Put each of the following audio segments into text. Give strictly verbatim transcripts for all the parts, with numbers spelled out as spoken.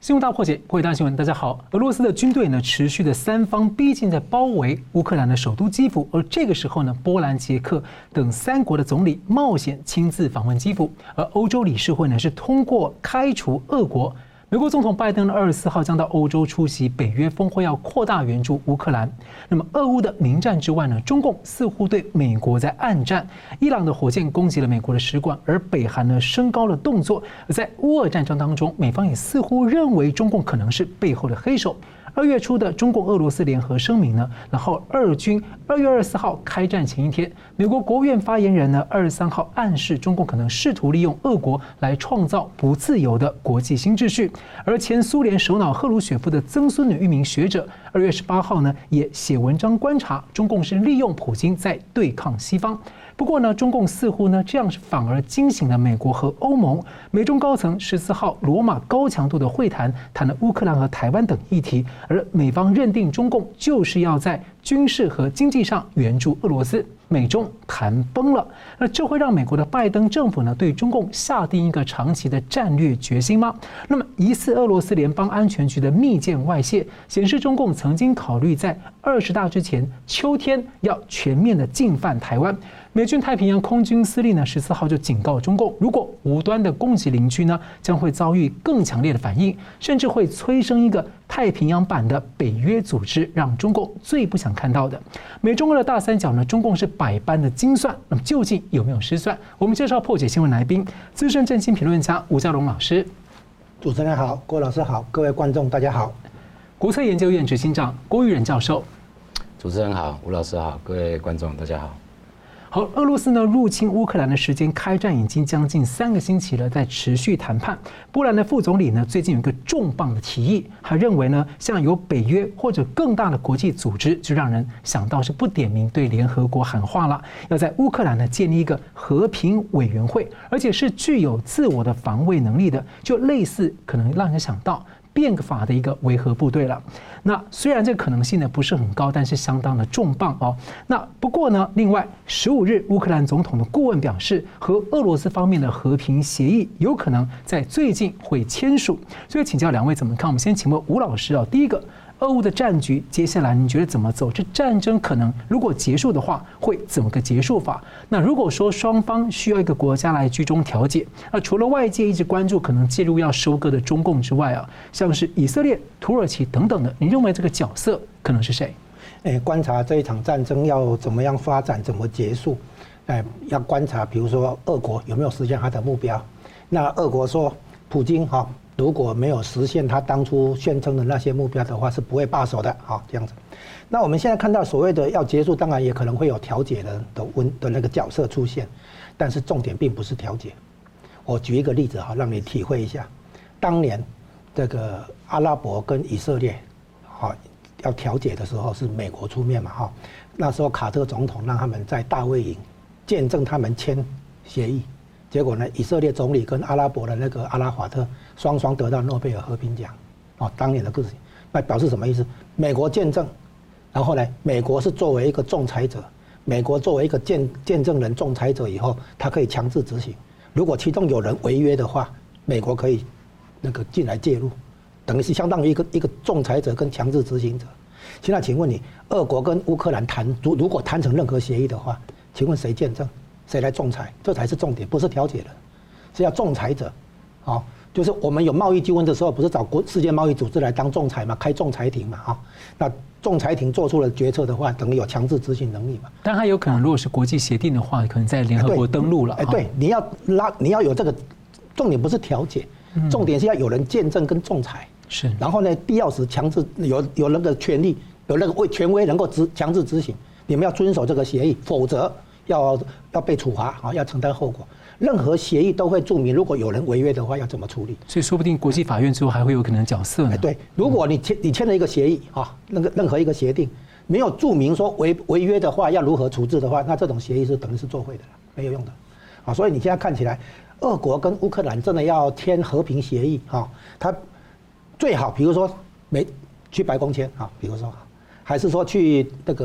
新闻大破解，各位大新闻，大家好。俄罗斯的军队呢，持续的三方逼近，在包围乌克兰的首都基辅。而这个时候呢，波兰、捷克等三国的总理冒险亲自访问基辅，而欧洲理事会呢，是通过开除俄国。美国总统拜登呢，二十四号将到欧洲出席北约峰会，要扩大援助乌克兰。那么，俄乌的明战之外呢，中共似乎对美国在暗战。伊朗的火箭攻击了美国的使馆，而北韩呢升高了动作。而在乌俄战争当中，美方也似乎认为中共可能是背后的黑手。二月初的中共俄罗斯联合声明呢，然后俄军二月二十四号开战前一天，美国国务院发言人呢二十三号暗示中共可能试图利用俄国来创造不自由的国际新秩序。而前苏联首脑赫鲁雪夫的曾孙女一名学者，二月十八号呢也写文章观察中共是利用普京在对抗西方。不过呢，中共似乎呢这样反而惊醒了美国和欧盟。美中高层十四号罗马高强度的会谈，谈了乌克兰和台湾等议题，而美方认定中共就是要在军事和经济上援助俄罗斯。美中谈崩了，那这会让美国的拜登政府呢对中共下定一个长期的战略决心吗？那么，疑似俄罗斯联邦安全局的密件外泄，显示中共曾经考虑在二十大之前秋天要全面的进犯台湾。美军太平洋空军司令呢十四号就警告中共，如果无端的攻击邻居呢，将会遭遇更强烈的反应，甚至会催生一个太平洋版的北约组织，让中共最不想看到的。美中俄的大三角呢，中共是百般的精算，那么究竟有没有失算？我们介绍破解新闻来宾，资深政经评论家吴家龙老师。 主持人好，郭老师好，各位观众大家好。 国策研究院执行长郭玉仁教授。 主持人好，吴老师好，各位观众大家好。 好，俄罗斯呢入侵乌克兰的时间开战已经将近三个星期了，在持续谈判。波兰的副总理呢最近有一个重磅的提议，他认为呢，像有北约或者更大的国际组织，就让人想到是不点名对联合国喊话了，要在乌克兰呢建立一个和平委员会，而且是具有自我的防卫能力的，就类似可能让人想到变个法的一个维和部队了。那虽然这个可能性呢不是很高，但是相当的重磅哦。那不过呢，另外十五日乌克兰总统的顾问表示，和俄罗斯方面的和平协议有可能在最近会签署。所以请教两位怎么看？我们先请问吴老师啊，第一个，俄乌的战局接下来你觉得怎么走？这战争可能如果结束的话，会怎么个结束法？那如果说双方需要一个国家来居中调解，那除了外界一直关注可能介入要收割的中共之外啊，像是以色列、土耳其等等的，你认为这个角色可能是谁？ 哎，观察这一场战争要怎么样发展，怎么结束？哎，要观察，比如说俄国有没有实现他的目标？那俄国说，普京哈。如果没有实现他当初宣称的那些目标的话，是不会罢手的啊，这样子。那我们现在看到所谓的要结束，当然也可能会有调解的的温的那个角色出现，但是重点并不是调解。我举一个例子哈，让你体会一下，当年这个阿拉伯跟以色列哈要调解的时候，是美国出面嘛哈，那时候卡特总统让他们在大卫营见证他们签协议。结果呢，以色列总理跟阿拉伯的那个阿拉法特双双得到诺贝尔和平奖，哦，当年的故事，那表示什么意思？美国见证，然后呢，美国是作为一个仲裁者，美国作为一个见见证人、仲裁者以后，他可以强制执行。如果其中有人违约的话，美国可以那个进来介入，等于是相当于一个一个仲裁者跟强制执行者。现在请问你，俄国跟乌克兰谈，如如果谈成任何协议的话，请问谁见证？谁来仲裁？这才是重点，不是调解人，是要仲裁者，啊，就是我们有贸易纠纷的时候，不是找国世界贸易组织来当仲裁嘛，开仲裁庭嘛，啊，那仲裁庭做出了决策的话，等于有强制执行能力嘛。 但它有可能，如果是国际协定的话，可能在联合国登陆了。 哎，对，你要拉，你要有这个，重点不是调解，重点是要有人见证跟仲裁。 是。 然后呢，必要时强制有有那个权利，有那个为权威能够执强制执行，你们要遵守这个协议，否则。要要被处罚啊，要承担后果。任何协议都会注明，如果有人违约的话，要怎么处理。 所以说不定国际法院之后还会有可能角色呢。 对，如果你签你签了一个协议啊，那个任何一个协定没有注明说违违约的话要如何处置的话，那这种协议是等于是作废的了，没有用的。啊，所以你现在看起来，俄国跟乌克兰真的要签和平协议啊，他最好比如说没去白宫签啊，比如说，还是说去那个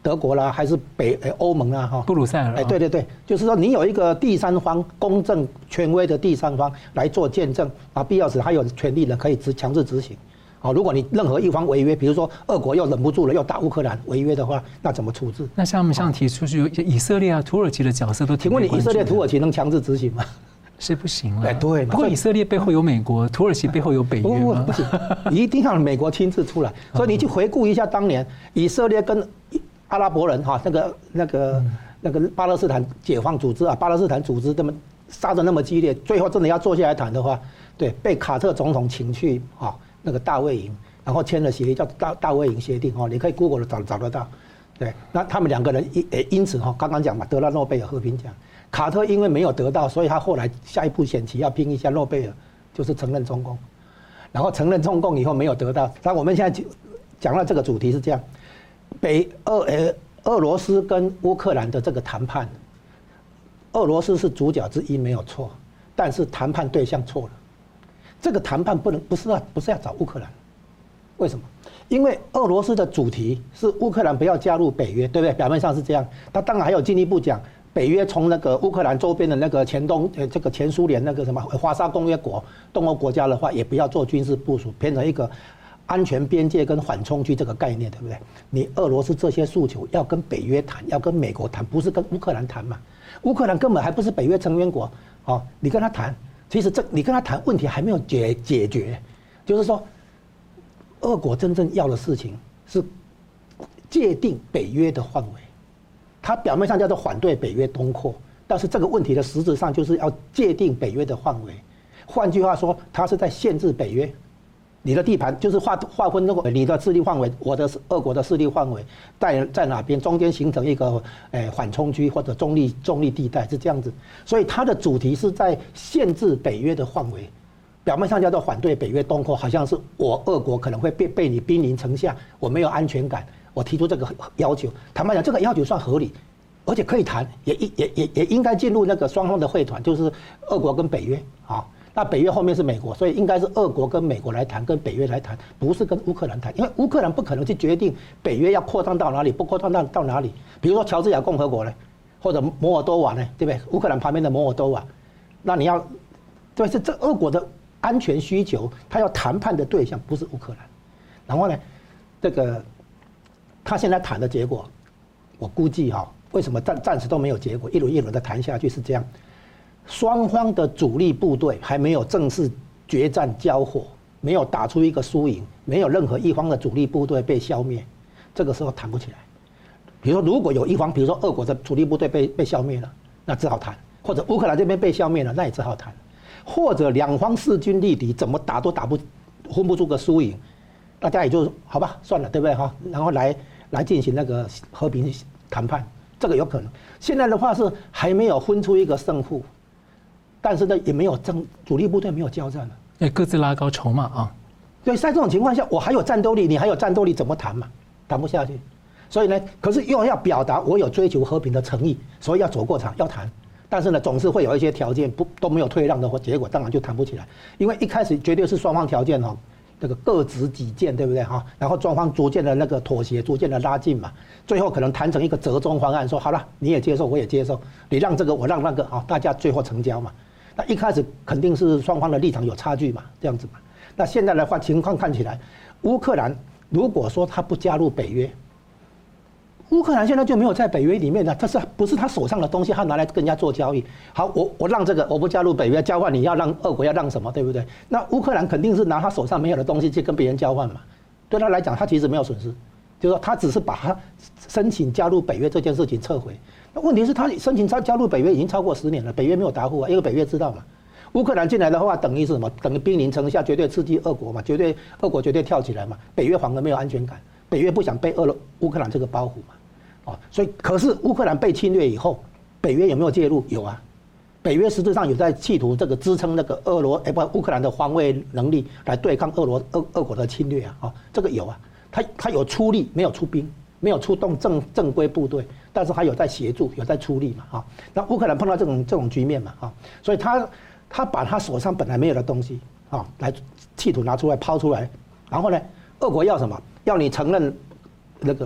德国啦，还是北呃欧盟啦，哈， 布鲁塞尔。 哎，对对对，就是说你有一个第三方公正权威的第三方来做见证啊，必要时还有权利呢可以执强制执行。好，如果你任何一方违约，比如说俄国又忍不住了要打乌克兰违约的话，那怎么处置？ 那像我们像提出去，以色列啊、土耳其的角色都挺。 请问你以色列、土耳其能强制执行吗？ 是不行了。 哎，对。 不过以色列背后有美国，土耳其背后有北约吗？ 不行，一定要美国亲自出来。所以你去回顾一下当年以色列跟阿拉伯人哈，那个那个那个巴勒斯坦解放组织啊，巴勒斯坦组织这么杀得那么激烈，最后真的要坐下来谈的话，对，被卡特总统请去啊那个大卫营，然后签了协议叫大大卫营协定哈，你可以 Google 找找得到。对，那他们两个人因因此哈，刚刚讲嘛，得了诺贝尔和平奖。卡特因为没有得到，所以他后来下一步险棋要拼一下诺贝尔，就是承认中共。然后承认中共以后没有得到，但我们现在讲到这个主题是这样：北俄呃俄罗斯跟乌克兰的这个谈判，俄罗斯是主角之一没有错，但是谈判对象错了。这个谈判不能不是要不是要找乌克兰，为什么？因为俄罗斯的主题是乌克兰不要加入北约，对不对？表面上是这样，他当然还有进一步讲。北约从那个乌克兰周边的那个前东呃这个前苏联那个什么华沙公约国东欧国家的话，也不要做军事部署，变成一个安全边界跟缓冲区这个概念，对不对？你俄罗斯这些诉求要跟北约谈，要跟美国谈，不是跟乌克兰谈嘛？乌克兰根本还不是北约成员国，哦，你跟他谈，其实这你跟他谈问题还没有解解决，就是说，俄国真正要的事情是界定北约的范围。它表面上叫做反对北约东扩，但是这个问题的实质上就是要界定北约的范围。换句话说，它是在限制北约，你的地盘就是划划分那个你的势力范围，我的俄国的势力范围在在哪边，中间形成一个诶缓冲区或者中立中立地带是这样子。所以它的主题是在限制北约的范围，表面上叫做反对北约东扩，好像是我俄国可能会被被你兵临城下，我没有安全感。我提出这个要求，坦白讲，这个要求算合理，而且可以谈，也也也也应该进入那个双方的会团，就是俄国跟北约啊。那北约后面是美国，所以应该是俄国跟美国来谈，跟北约来谈，不是跟乌克兰谈，因为乌克兰不可能去决定北约要扩张到哪里，不扩张到到哪里。比如说乔治亚共和国呢，或者摩尔多瓦呢，对不对？乌克兰旁边的摩尔多瓦，那你要，对，是这俄国的安全需求，他要谈判的对象不是乌克兰。然后呢，这个。他现在谈的结果，我估计哈，为什么暂暂时都没有结果，一轮一轮的谈下去是这样，双方的主力部队还没有正式决战交火，没有打出一个输赢，没有任何一方的主力部队被消灭，这个时候谈不起来。比如说，如果有一方，比如说俄国的主力部队被被消灭了，那只好谈；或者乌克兰这边被消灭了，那也只好谈；或者两方势均力敌，怎么打都打不分不出个输赢，大家也就好吧，算了，对不对哈？然后来。来进行那个和平谈判，这个有可能。现在的话是还没有分出一个胜负，但是呢也没有正主力部队没有交战了， 哎，各自拉高筹码啊。 对，在这种情况下，我还有战斗力，你还有战斗力，怎么谈嘛？谈不下去。所以呢，可是又要表达我有追求和平的诚意，所以要走过场，要谈。但是呢，总是会有一些条件不都没有退让的话，结果当然就谈不起来。因为一开始绝对是双方条件哈。这个各执己见，对不对哈？然后双方逐渐的那个妥协，逐渐的拉近嘛，最后可能谈成一个折中方案，说好了，你也接受，我也接受，你让这个，我让那个，啊，大家最后成交嘛。那一开始肯定是双方的立场有差距嘛，这样子嘛。那现在的话，情况看起来，乌克兰如果说他不加入北约，乌克兰现在就没有在北约里面的，这是不是他手上的东西，他拿来跟人家做交易？好，我我让这个，我不加入北约，交换你要让俄国要让什么，对不对？那乌克兰肯定是拿他手上没有的东西去跟别人交换嘛。对他来讲，他其实没有损失，就是说他只是把他申请加入北约这件事情撤回。那问题是，他申请加加入北约已经超过十年了，北约没有答复啊，因为北约知道嘛。乌克兰进来的话，等于是什么？等于兵临城下，绝对刺激俄国嘛，绝对俄国绝对跳起来嘛。北约反而没有安全感，北约不想被俄乌克兰这个包袱嘛。哦，所以可是乌克兰被侵略以后，北约有没有介入？有啊，北约实质上有在企图这个支撑那个俄罗哎不乌克兰的防卫能力来对抗俄罗俄俄国的侵略啊，哦，这个有啊，他他有出力，没有出兵，没有出动正正规部队，但是他有在协助，有在出力嘛，啊，那乌克兰碰到这种这种局面嘛，啊，所以他他把他手上本来没有的东西啊，来企图拿出来抛出来，然后呢，俄国要什么？要你承认那个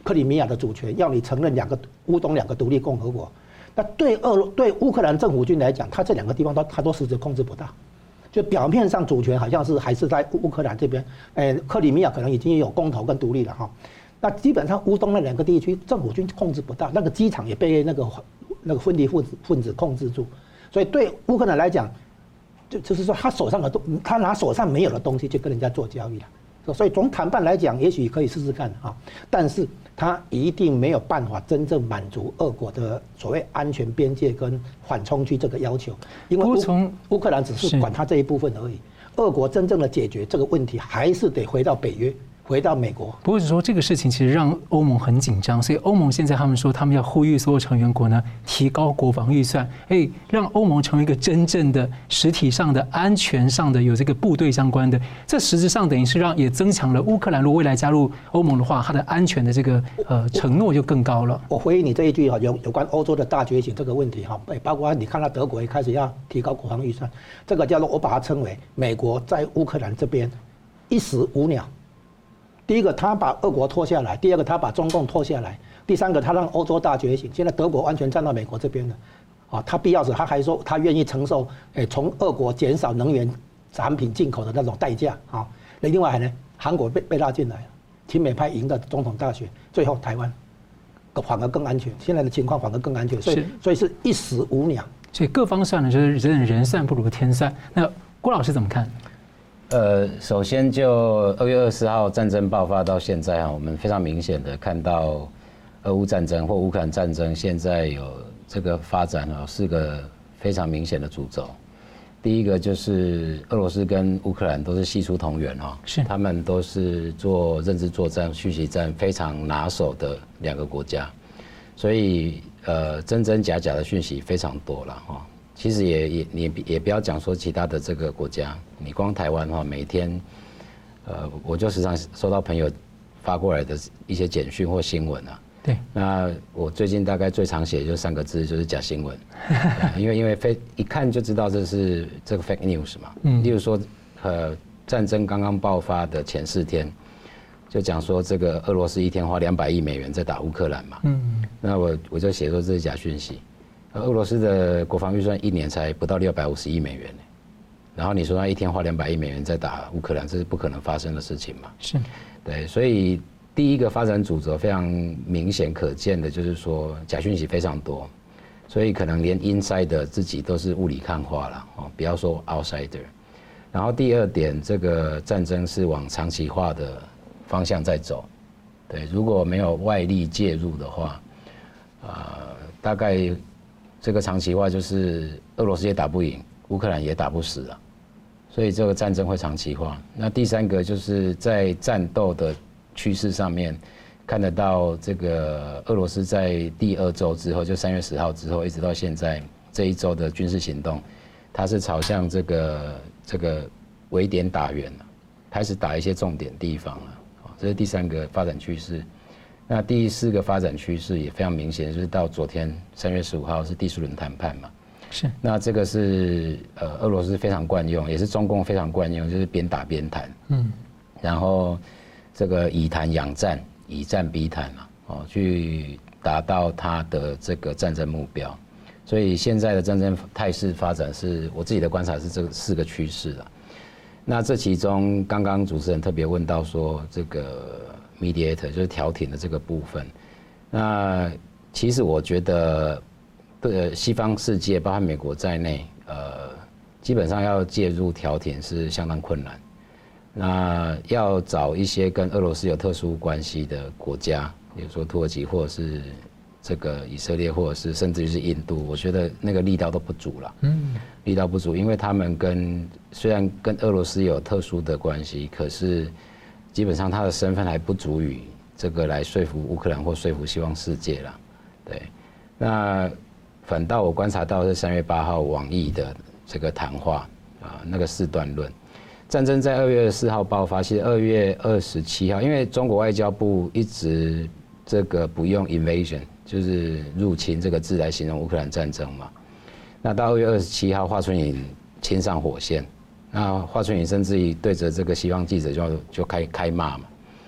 克里米亚的主权，要你承认两个乌东两个独立共和国。那对俄对乌克兰政府军来讲，他这两个地方都他都实质控制不到。就表面上主权好像是还是在乌克兰这边，诶，克里米亚可能已经有公投跟独立了哈。那基本上乌东那两个地区政府军控制不到，那个机场也被那个那个分离分子分子控制住，所以对乌克兰来讲，就就是说他手上的东，他拿手上没有的东西去跟人家做交易了。所以从谈判来讲，也许可以试试看啊，但是他一定没有办法真正满足俄国的所谓安全边界跟缓冲区这个要求，因为乌乌克兰只是管他这一部分而已。俄国真正的解决这个问题，还是得回到北约。回到美国， 不过是说这个事情其实让欧盟很紧张，所以欧盟现在他们说他们要呼吁所有成员国呢提高国防预算，哎，让欧盟成为一个真正的实体上的安全上的有这个部队相关的，这实质上等于是让也增强了乌克兰如果未来加入欧盟的话，它的安全的这个呃承诺就更高了。 我回应你这一句哈，有有关欧洲的大觉醒这个问题哈，包括你看到德国也开始要提高国防预算，这个叫做我把它称为美国在乌克兰这边一石五鸟。第一个，他把俄国拖下来；第二个，他把中共拖下来；第三个，他让欧洲大觉醒。现在德国完全站到美国这边了，啊，他必要时他还说他愿意承受，诶，从俄国减少能源产品进口的那种代价啊。另外呢，韩国被被拉进来了，亲美派赢的总统大选，最后台湾反而更安全，现在的情况反而更安全，所以所以是一石五鸟。 所以各方算呢，就是人人算不如天算。那郭老师怎么看？ 呃，首先就二月二十号战争爆发到现在啊，我们非常明显的看到俄乌战争或乌克兰战争现在有这个发展啊，四个非常明显的主轴。第一个就是俄罗斯跟乌克兰都是系出同源啊，是他们都是做认知作战、讯息战非常拿手的两个国家，所以呃真真假假的讯息非常多了哈。其实也也你也不要讲说其他的这个国家，你光台湾哈，每天，呃，我就时常收到朋友发过来的一些简讯或新闻啊。 对。 那我最近大概最常写就三个字，就是假新闻，因为因为非一看就知道这是这个 fake news 嘛。嗯。例如说，呃，战争刚刚爆发的前四天，就讲说这个俄罗斯一天花两百亿美元在打乌克兰嘛。嗯。那我我就写说这是假讯息。俄罗斯的国防预算一年才不到六百五十亿美元，然后你说他一天花两百亿美元在打乌克兰，这是不可能发生的事情嘛？ 是， 对，所以第一个发展主轴非常明显可见的就是说假讯息非常多，所以可能连 insider 自己都是雾里看花了哦，不要说 outsider。然后第二点，这个战争是往长期化的方向在走，对，如果没有外力介入的话，呃，大概。这个长期化就是俄罗斯也打不赢，乌克兰也打不死了，所以这个战争会长期化。那第三个就是在战斗的趋势上面看得到，这个俄罗斯在第二周之后，就三月十号之后，一直到现在这一周的军事行动，它是朝向这个这个围点打援了，开始打一些重点地方了。这是第三个发展趋势。那第四个发展趋势也非常明显，就是到昨天三月十五号是第四轮谈判嘛， 是。 那这个是呃俄罗斯非常惯用，也是中共非常惯用，就是边打边谈，嗯，然后这个以谈养战，以战逼谈嘛，哦，去达到他的这个战争目标。所以现在的战争态势发展是我自己的观察是这四个趋势了。那这其中刚刚主持人特别问到说这个。mediator 就是调停的这个部分，那其实我觉得，对西方世界，包括美国在内，呃，基本上要介入调停是相当困难。那要找一些跟俄罗斯有特殊关系的国家，比如说土耳其或者是这个以色列，或者是甚至于是印度，我觉得那个力道都不足了。嗯，力道不足，因为他们跟虽然跟俄罗斯有特殊的关系，可是。基本上他的身份还不足以这个来说服乌克兰或说服西方世界啦，对。那反倒我观察到是三月八号网易的这个谈话啊，那个四段论，战争在二月二十四号爆发，其实二月二十七号，因为中国外交部一直这个不用 invasion 就是入侵这个字来形容乌克兰战争嘛，那到二月二十七号华春莹亲上火线。那华春莹甚至于对着这个西方记者就就开开骂嘛，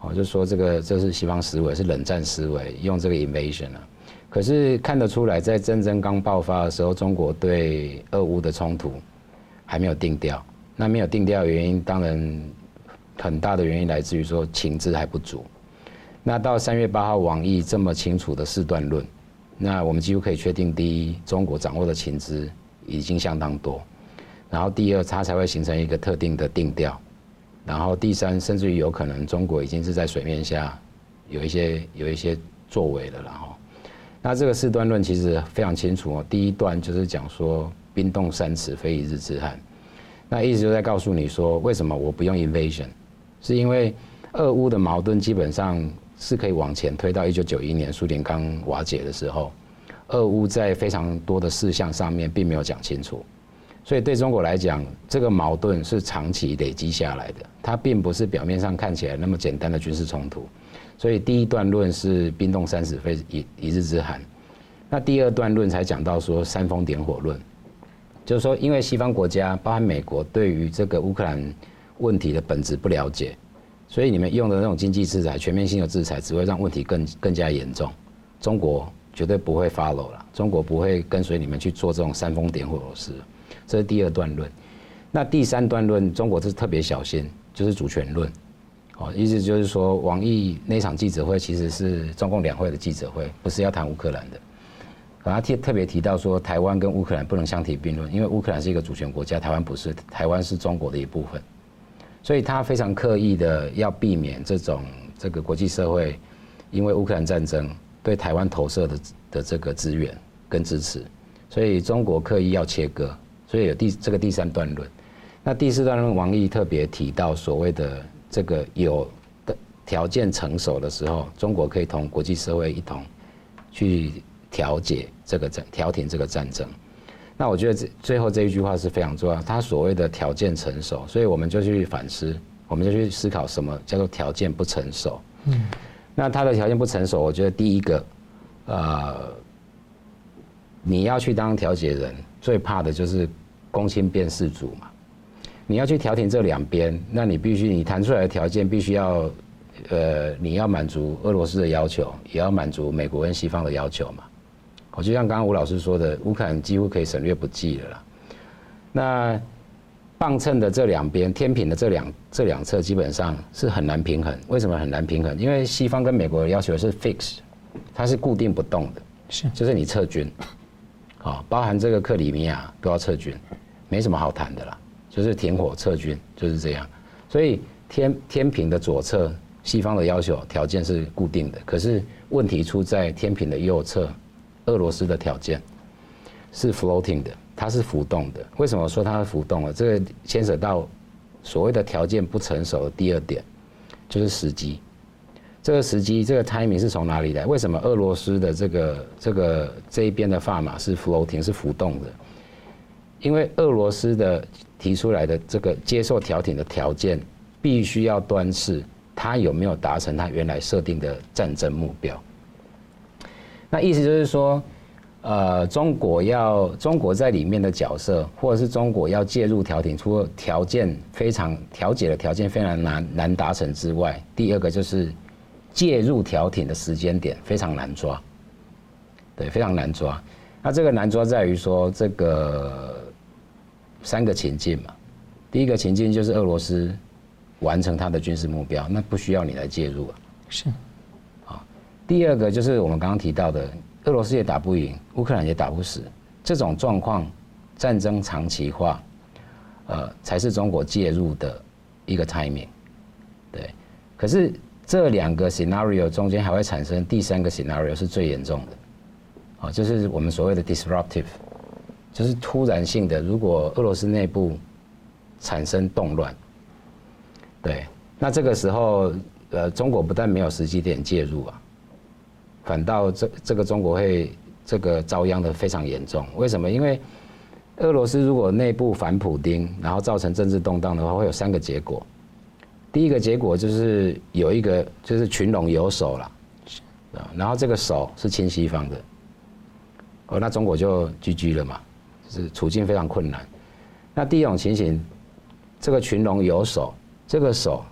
哦，就说这个这是西方思维，是冷战思维，用这个 invasion 啊。可是看得出来，在战争刚爆发的时候，中国对俄乌的冲突还没有定调。那没有定调的原因，当然很大的原因来自于说情资还不足。那到三月八号，王毅这么清楚的四段论，那我们几乎可以确定：第一，中国掌握的情资已经相当多；然后第二，它才会形成一个特定的定调；然后第三，甚至于有可能中国已经是在水面下有一些有一些作为了啦齁。那这个四段论其实非常清楚哦。第一段就是讲说冰冻三尺非一日之寒，那意思就在告诉你说，为什么我不用 invasion， 是因为俄乌的矛盾基本上是可以往前推到一九九一年苏联刚瓦解的时候，俄乌在非常多的事项上面并没有讲清楚，所以对中国来讲，这个矛盾是长期累积下来的，它并不是表面上看起来那么简单的军事冲突。所以第一段论是冰冻三尺非一一日之寒，那第二段论才讲到说煽风点火论，就是说因为西方国家包含美国对于这个乌克兰问题的本质不了解，所以你们用的那种经济制裁、全面性的制裁只会让问题更更加严重。中国绝对不会 follow 啦，中国不会跟随你们去做这种煽风点火的事，这是第二段论。那第三段论，中国是特别小心，就是主权论。哦，意思就是说，王毅那场记者会其实是中共两会的记者会，不是要谈乌克兰的。他特特别提到说，台湾跟乌克兰不能相提并论，因为乌克兰是一个主权国家，台湾不是，台湾是中国的一部分。所以他非常刻意的要避免这种这个国际社会因为乌克兰战争对台湾投射的的这个资源跟支持，所以中国刻意要切割，所以有第这个第三段论。那第四段论，王毅特别提到所谓的。这个有的条件成熟的时候，中国可以同国际社会一同去调解这个战、调停这个战争。那我觉得这最后这一句话是非常重要，他所谓的条件成熟，所以我们就去反思，我们就去思考什么叫做条件不成熟。嗯，那他的条件不成熟，我觉得第一个，呃，你要去当调解人，最怕的就是公亲变事主嘛。你要去调停这两边，那你必须你谈出来的条件必须要，呃，你要满足俄罗斯的要求，也要满足美国跟西方的要求嘛。我就像刚刚吴老师说的，乌克兰几乎可以省略不计了啦。那磅秤的这两边，天平的这两这两侧基本上是很难平衡。为什么很难平衡？因为西方跟美国的要求是 fix， 它是固定不动的，是就是你撤军，好，包含这个克里米亚都要撤军，没什么好谈的啦。就是停火撤军，就是这样。所以天天平的左侧，西方的要求条件是固定的，可是问题出在天平的右侧，俄罗斯的条件是 floating 的，它是浮动的。为什么说它是浮动了？这个牵扯到所谓的条件不成熟的第二点，就是时机。这个时机，这个 timing 是从哪里来？为什么俄罗斯的这个这个这一边的砝码是 floating 是浮动的？因为俄罗斯的提出来的这个接受调停的条件，必须要端视他有没有达成他原来设定的战争目标。那意思就是说，呃，中国要中国在里面的角色，或者是中国要介入调停，除了条件非常调解的条件非常难难达成之外，第二个就是介入调停的时间点非常难抓，对，非常难抓。那这个难抓在于说这个。三个情境嘛，第一个情境就是俄罗斯完成它的军事目标，那不需要你来介入啊。是，啊，第二个就是我们刚刚提到的，俄罗斯也打不赢，乌克兰也打不死，这种状况，战争长期化，呃，才是中国介入的一个 timing。对，可是这两个 scenario 中间还会产生第三个 scenario 是最严重的，啊，就是我们所谓的 disruptive。就是突然性的，如果俄罗斯内部产生动乱，对，那这个时候，呃，中国不但没有时机点介入啊，反倒这这个中国会这个遭殃的非常严重。为什么？因为俄罗斯如果内部反普丁，然后造成政治动荡的话，会有三个结果。第一个结果就是有一个就是群龙有首啦，然后这个手是亲西方的，哦，那中国就 G G 了嘛。是处境非常困难。那第一种情形，这个群龙有首，这个手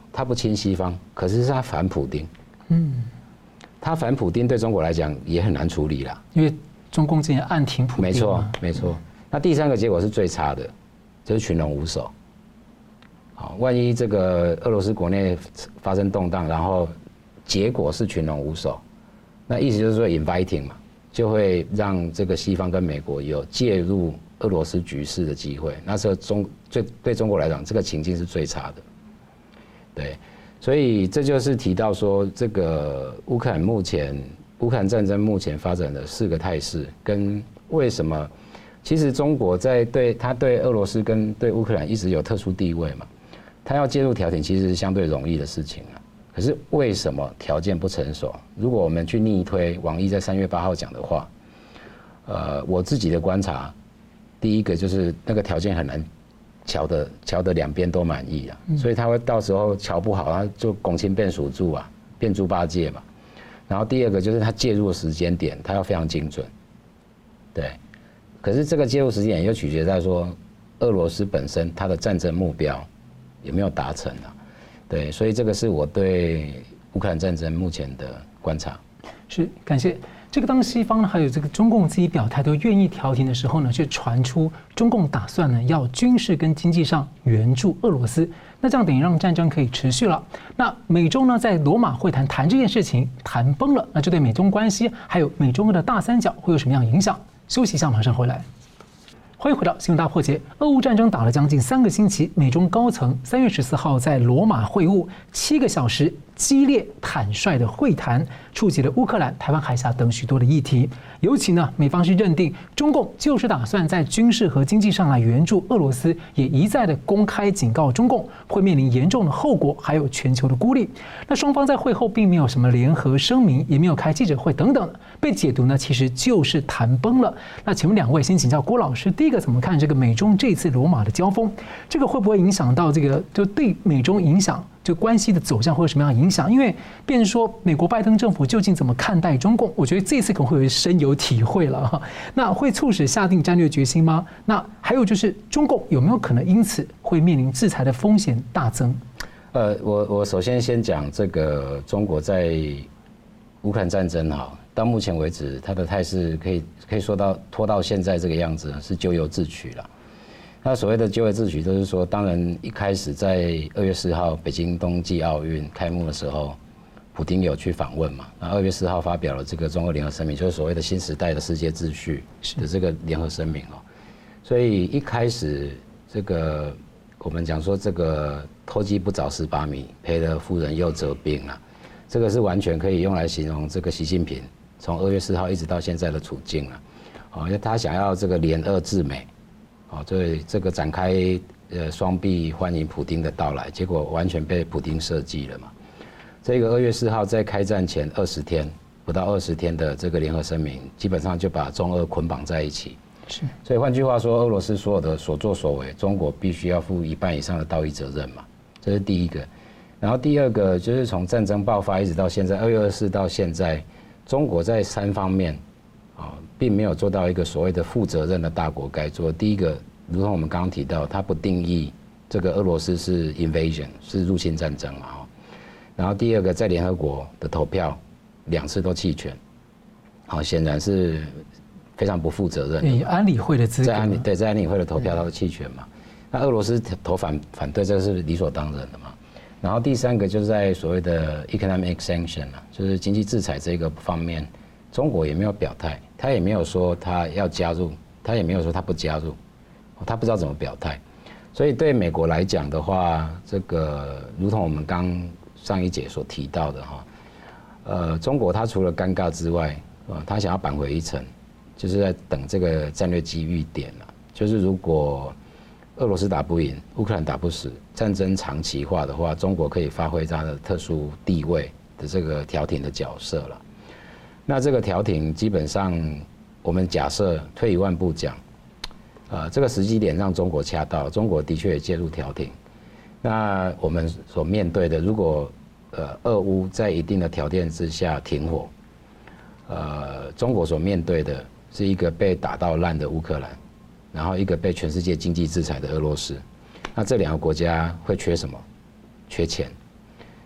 他不亲西方，可是是他反普丁。嗯，他反普丁对中国来讲也很难处理啦， 因为中共今年暗挺普丁。 没错，没错。那第三个结果是最差的，就是群龙无首。好，万一这个俄罗斯国内发生动荡，然后结果是群龙无首，那意思就是说 inviting 嘛，就会让这个西方跟美国有介入俄罗斯局势的机会。那时候中最对中国来讲，这个情境是最差的。对，所以这就是提到说，这个乌克兰目前乌克兰战争目前发展的四个态势，跟为什么，其实中国在对他对俄罗斯跟对乌克兰一直有特殊地位嘛。他要介入调停，其实是相对容易的事情啊。可是为什么条件不成熟？如果我们去逆推王毅在三月八号讲的话，呃，我自己的观察，第一个就是那个条件很难瞧得瞧得两边都满意啊，所以他会到时候瞧不好，他就拱亲变属猪啊，变猪八戒嘛。然后第二个就是他介入的时间点，他要非常精准，对。可是这个介入时间点又取决在说，俄罗斯本身它的战争目标有没有达成啊？对，所以这个是我对乌克兰战争目前的观察。 是，感谢。这个当西方呢，还有这个中共自己表态都愿意调停的时候呢，却传出中共打算呢要军事跟经济上援助俄罗斯，那这样等于让战争可以持续了。那美中呢在罗马会谈谈这件事情谈崩了，那这对美中关系还有美中俄的大三角会有什么样的影响？休息一下，马上回来。欢迎回到新闻大破解。俄乌战争打了将近三个星期，美中高层三月十四号在罗马会晤，七个小时激烈坦率的会谈，触及了乌克兰、台湾海峡等许多的议题。尤其呢，美方是认定中共就是打算在军事和经济上来援助俄罗斯，也一再的公开警告中共会面临严重的后果，还有全球的孤立。那双方在会后并没有什么联合声明，也没有开记者会等等的，被解读呢其实就是谈崩了。那请问两位先请教郭老师，第一个怎么看这个美中这次罗马的交锋？这个会不会影响到这个就对美中影响？就关系的走向会有什么样的影响？因为变成说美国拜登政府究竟怎么看待中共，我觉得这次可能会有深有体会了哈。那会促使下定战略决心吗？那还有就是中共有没有可能因此会面临制裁的风险大增？ 呃，我我首先先讲这个中国在乌克兰战争哈，到目前为止它的态势可以可以说到拖到现在这个样子是咎由自取了。那所谓的咎由自取，就是说，当然一开始在二月四号北京冬季奥运开幕的时候，普丁有去访问嘛？然后二月四号发表了这个中俄联合声明，就是所谓的新时代的世界秩序的这个联合声明哦。所以一开始这个我们讲说这个偷鸡不着蚀把米，赔了夫人又折兵啊，这个是完全可以用来形容这个习近平从二月四号一直到现在的处境了。哦，因为他想要这个联俄制美。哦，对这个展开呃双臂欢迎普丁的到来，结果完全被普丁设计了嘛。这个二月四号在开战前二十天，不到二十天的这个联合声明，基本上就把中俄捆绑在一起。 是， 所以换句话说，俄罗斯所有的所作所为，中国必须要负一半以上的道义责任嘛，这是第一个。然后第二个就是从战争爆发一直到现在，二月二十四到现在，中国在三方面。并没有做到一个所谓的负责任的大国该做。第一个，如同我们刚刚提到，它不定义这个俄罗斯是 invasion 是入侵战争嘛哈。然后第二个，在联合国的投票两次都弃权，好，显然是非常不负责任的。 对安理会的资格， 在安理对在安理会的投票它都弃权嘛。那俄罗斯投反反对，这个是理所当然的嘛。然后第三个就是在所谓的 economic sanction 啊，就是经济制裁这个方面，中国也没有表态。他也没有说他要加入，他也没有说他不加入，他不知道怎么表态，所以对美国来讲的话，这个如同我们刚上一节所提到的哈，呃，中国他除了尴尬之外，呃，他想要扳回一城，就是在等这个战略机遇点了。就是如果俄罗斯打不赢，乌克兰打不死，战争长期化的话，中国可以发挥它的特殊地位的这个调停的角色了。那这个调停基本上，我们假设退一万步讲，呃，这个时机点让中国掐到，中国的确也介入调停。那我们所面对的，如果呃俄乌在一定的条件之下停火，呃，中国所面对的是一个被打到烂的乌克兰，然后一个被全世界经济制裁的俄罗斯。那这两个国家会缺什么？缺钱，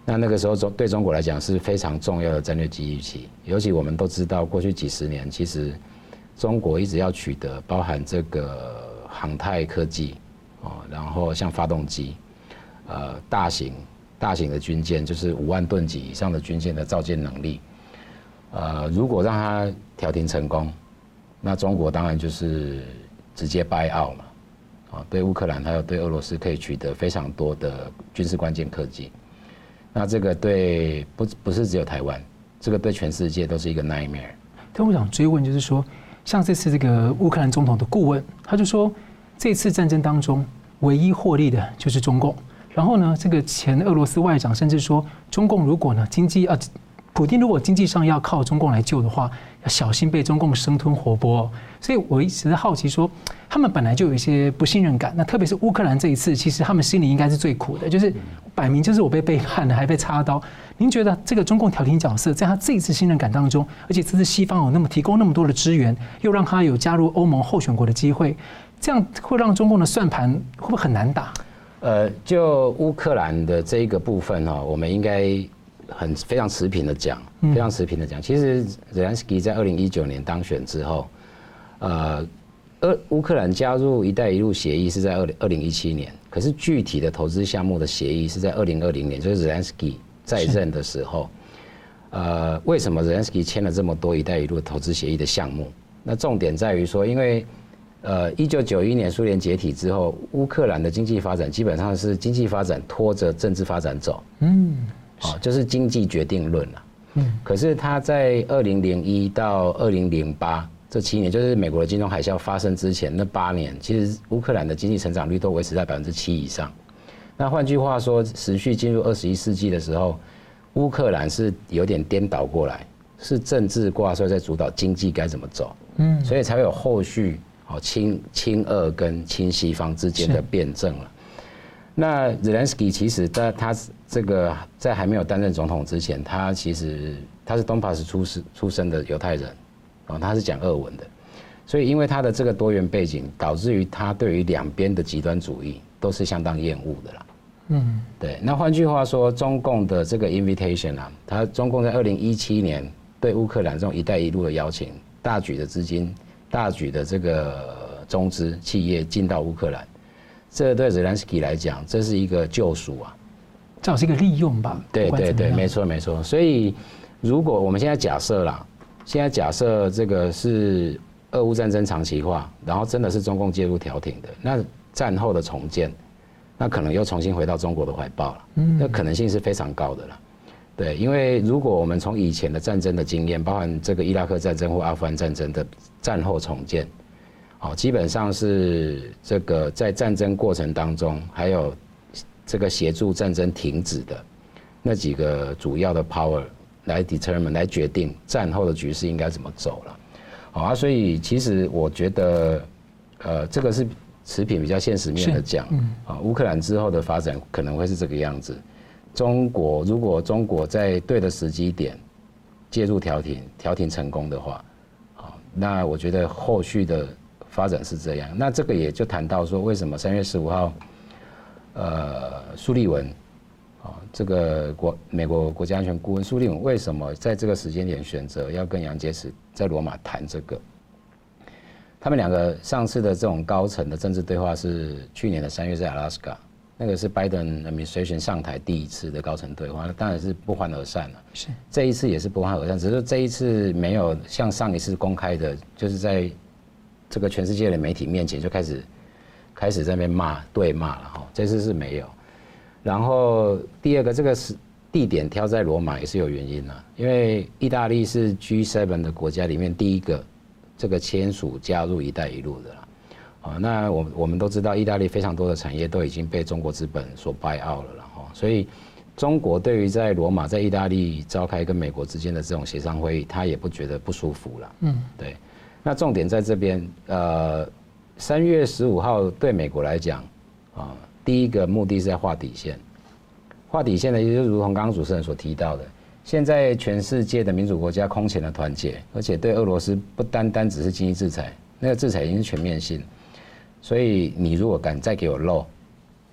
那那个时候中对中国来讲是非常重要的战略机遇期，尤其我们都知道，过去几十年其实中国一直要取得包含这个航太科技，哦，然后像发动机，呃，大型大型的军舰，就是五万吨级以上的军舰的造舰能力，呃，如果让它调停成功，那中国当然就是直接buy out嘛，啊，对乌克兰还有对俄罗斯可以取得非常多的军事关键科技。那这个对不不是只有台湾，这个对全世界都是一个 nightmare。 但我想追问就是说，像这次这个乌克兰总统的顾问，他就说，这次战争当中唯一获利的就是中共。然后呢，这个前俄罗斯外长甚至说，中共如果呢经济啊，普丁如果经济上要靠中共来救的话，要小心被中共生吞活剥。所以我一直在好奇说，他们本来就有一些不信任感，那特别是乌克兰这一次，其实他们心里应该是最苦的，就是摆明就是我被背叛了，还被插刀。您觉得这个中共调停角色，在他这一次信任感当中，而且这次西方有那么提供那么多的支援，又让他有加入欧盟候选国的机会，这样会让中共的算盘会不会很难打？ 呃，就乌克兰的这一个部分哈，我们应该很非常持平的讲，非常持平的讲。其实泽连斯基在二零一九年当选之后，呃，俄乌克兰加入“一带一路”协议是在二零二零一七年，可是具体的投资项目的协议是在二零二零年，就是泽连斯基在任的时候。呃，为什么泽连斯基签了这么多“一带一路”投资协议的项目？那重点在于说，因为呃，一九九一年苏联解体之后，乌克兰的经济发展基本上是经济发展拖着政治发展走，嗯，哦，就是经济决定论了，嗯。可是他在二零零一到二零零八这七年，就是美国的金融海啸发生之前那八年，其实乌克兰的经济成长率都维持在百分之七以上。那换句话说，持续进入二十一世纪的时候，乌克兰是有点颠倒过来，是政治挂帅在主导经济该怎么走，嗯，所以才会有后续。好，亲亲俄跟亲西方之间的辩证了。那泽连斯基其实在他这个在还没有担任总统之前，他其实他是东巴斯出出出生的犹太人，哦，他是讲俄文的，所以因为他的这个多元背景，导致于他对于两边的极端主义都是相当厌恶的啦。嗯，对。那换句话说，中共的这个 invitation 啊，他中共在二零一七年对乌克兰这种“一带一路”的邀请，大举的资金。大举的这个中资企业进到乌克兰，这对泽连斯基来讲，这是一个救赎啊， 这好是一个利用吧？ 对对对，没错没错。所以，如果我们现在假设啦，现在假设这个是俄乌战争长期化，然后真的是中共介入调停的，那战后的重建，那可能又重新回到中国的怀抱了，嗯，那可能性是非常高的了。对，因为如果我们从以前的战争的经验，包含这个伊拉克战争或阿富汗战争的战后重建，好，基本上是这个在战争过程当中，还有这个协助战争停止的那几个主要的 power 来 determine 来决定战后的局势应该怎么走了，好啊，所以其实我觉得，呃，这个是持平比较现实面的讲，啊，乌克兰之后的发展可能会是这个样子。中国如果中国在对的时机点介入调停，调停成功的话，好，那我觉得后续的发展是这样。那这个也就谈到说，为什么三月十五号，呃，苏利文，啊，这个国美国国家安全顾问苏利文为什么在这个时间点选择要跟杨洁篪在罗马谈这个？他们两个上次的这种高层的政治对话是去年的三月在阿拉斯加。那个是拜登 administration 上台第一次的高层对话，那当然是不欢而散了。是，这一次也是不欢而散，只是这一次没有像上一次公开的，就是在这个全世界的媒体面前就开始开始在那边骂对骂了哈。这次是没有。然后第二个，这个是地点挑在罗马也是有原因的，因为意大利是 G 七 的国家里面第一个这个签署加入“一带一路”的啦。啊，那我我们都知道，意大利非常多的产业都已经被中国资本所 buy out 了啦，哈，所以中国对于在罗马、在意大利召开跟美国之间的这种协商会议，他也不觉得不舒服了，嗯，对。那重点在这边，呃，三月十五号对美国来讲，啊，第一个目的是在画底线，画底线呢，也就是如同刚刚主持人所提到的，现在全世界的民主国家空前的团结，而且对俄罗斯不单单只是经济制裁，那个制裁已经是全面性。所以你如果敢再给我漏，啊，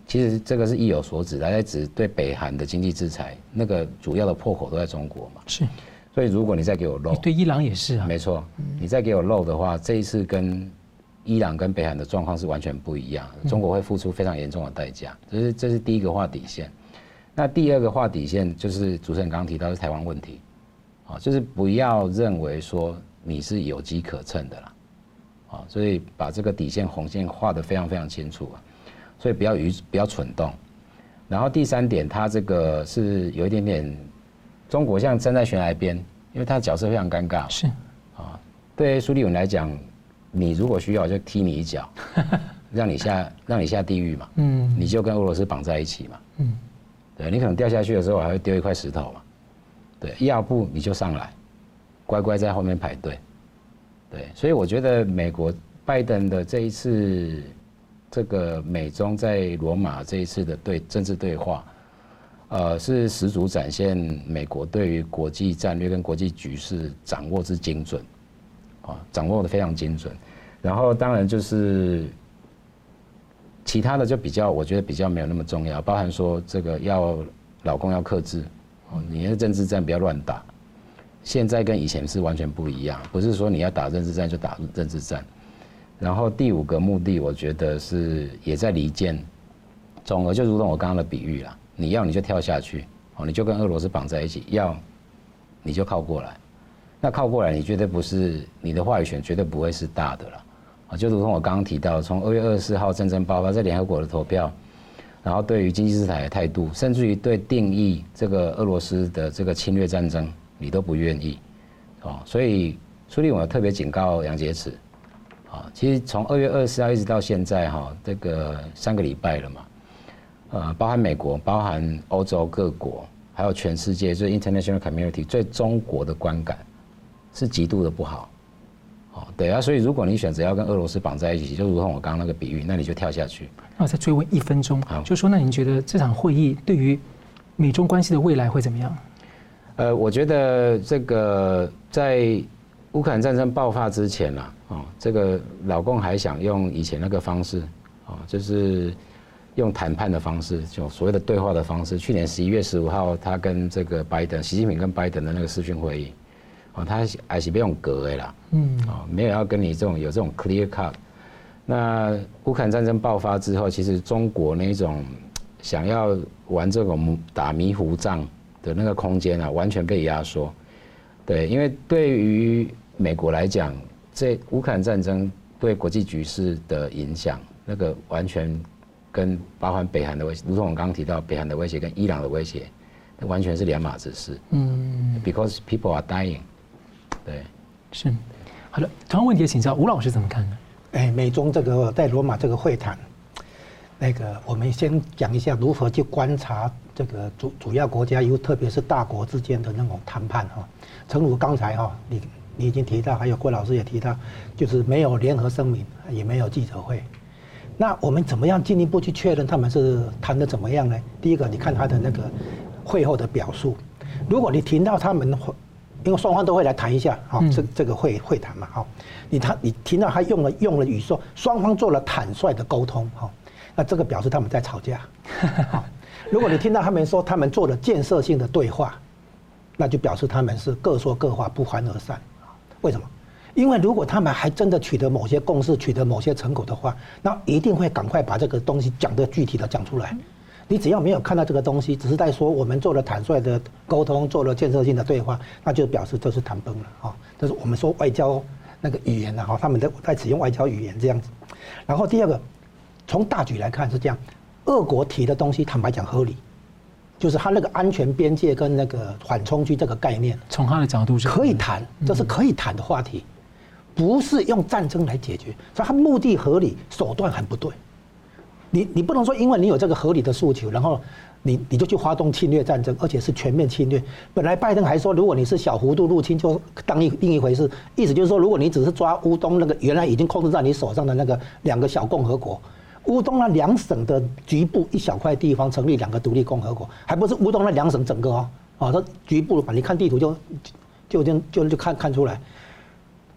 其实这个是意有所指，它在指对北韩的经济制裁，那个主要的破口都在中国嘛。 是。 所以如果你再给我漏， 对伊朗也是啊。 没错，你再给我漏的话，这一次跟伊朗跟北韩的状况是完全不一样，中国会付出非常严重的代价，这是这是第一个划底线。那第二个划底线就是主持人刚刚提到的是台湾问题，啊，就是不要认为说你是有机可乘的啦，啊，所以把这个底线红线画得非常非常清楚啊，所以不要愚不要蠢动。然后第三点，它这个是有一点点中国像站在悬崖边，因为它的角色非常尴尬， 是啊，对苏立文来讲。你如果需要，就踢你一脚，让你下让你下地狱嘛，嗯，你就跟俄罗斯绑在一起嘛，嗯，对你可能掉下去的时候还会丢一块石头嘛，对，要不你就上来，乖乖在后面排队，对，所以我觉得美国拜登的这一次这个美中在罗马这一次的对政治对话，呃，是十足展现美国对于国际战略跟国际局势掌握之精准。掌握的非常精准，然后当然就是其他的就比较，我觉得比较没有那么重要，包含说这个要老公要克制，你的政治战不要乱打，现在跟以前是完全不一样，不是说你要打政治战就打政治战。然后第五个目的，我觉得是也在离间中俄，就如同我刚刚的比喻啦，你要你就跳下去，你就跟俄罗斯绑在一起，要你就靠过来。那靠过来，你绝对不是你的话语权，绝对不会是大的了啊！就如同我刚刚提到，从二月二十四号战争爆发，在联合国的投票，然后对于经济制裁的态度，甚至于对定义这个俄罗斯的这个侵略战争，你都不愿意哦。所以苏立文特别警告杨洁篪啊，其实从二月二十四号一直到现在哈，这个三个礼拜了嘛，呃，包含美国、包含欧洲各国，还有全世界，就是 international community 对中国的观感。是极度的不好，哦，对啊，所以如果你选择要跟俄罗斯绑在一起，就如同我刚刚那个比喻，那你就跳下去。 那我再追问一分钟，就说那您觉得这场会议对于美中关系的未来会怎么样？ 呃，我觉得这个在乌克兰战争爆发之前啊，哦，这个老共还想用以前那个方式，哦，就是用谈判的方式，就所谓的对话的方式。去年十一月十五号，他跟这个拜登，习近平跟拜登的那个视讯会议。哦，他还是不用隔的啦，嗯，哦，没有要跟你这种有这种 clear cut。那乌克兰战争爆发之后，其实中国那种想要玩这种打迷糊仗的那个空间啊，完全被压缩。对，因为对于美国来讲，这乌克兰战争对国际局势的影响，那个完全跟包含北韩的威胁，如同我刚刚提到北韩的威胁跟伊朗的威胁，那完全是两码子事。嗯 ，because people are dying。对， 是，好的。同样问题请教吴老师怎么看呢？ 哎，美中这个在罗马这个会谈，那个我们先讲一下如何去观察这个主主要国家，尤特别是大国之间的那种谈判哈。诚如刚才哈，你你已经提到，还有郭老师也提到，就是没有联合声明，也没有记者会。那我们怎么样进一步去确认他们是谈得怎么样呢？第一个，你看他的那个会后的表述，如果你听到他们。因为双方都会来谈一下，哈，这这个会会谈嘛，哈，你他你听到他用了用了语说，双方做了坦率的沟通，哈，那这个表示他们在吵架，好，如果你听到他们说他们做了建设性的对话，那就表示他们是各说各话，不欢而散，为什么？因为如果他们还真的取得某些共识，取得某些成果的话，那一定会赶快把这个东西讲得具体的讲出来。你只要没有看到这个东西，只是在说我们做了坦率的沟通，做了建设性的对话，那就表示这是谈崩了啊！这是我们说外交那个语言哈，他们在在使用外交语言这样子。然后第二个，从大局来看是这样，俄国提的东西坦白讲合理，就是他那个安全边界跟那个缓冲区这个概念， 从他的角度是可以谈，这是可以谈的话题，不是用战争来解决，所以他目的合理，手段很不对。你你不能说因为你有这个合理的诉求，然后你你就去发动侵略战争，而且是全面侵略。本来拜登还说，如果你是小幅度入侵，就当一另一回事。意思就是说，如果你只是抓乌东那个原来已经控制在你手上的那个两个小共和国，乌东那两省的局部一小块地方成立两个独立共和国，还不是乌东那两省整个哦，啊，它局部嘛，你看地图就就就就就看看出来。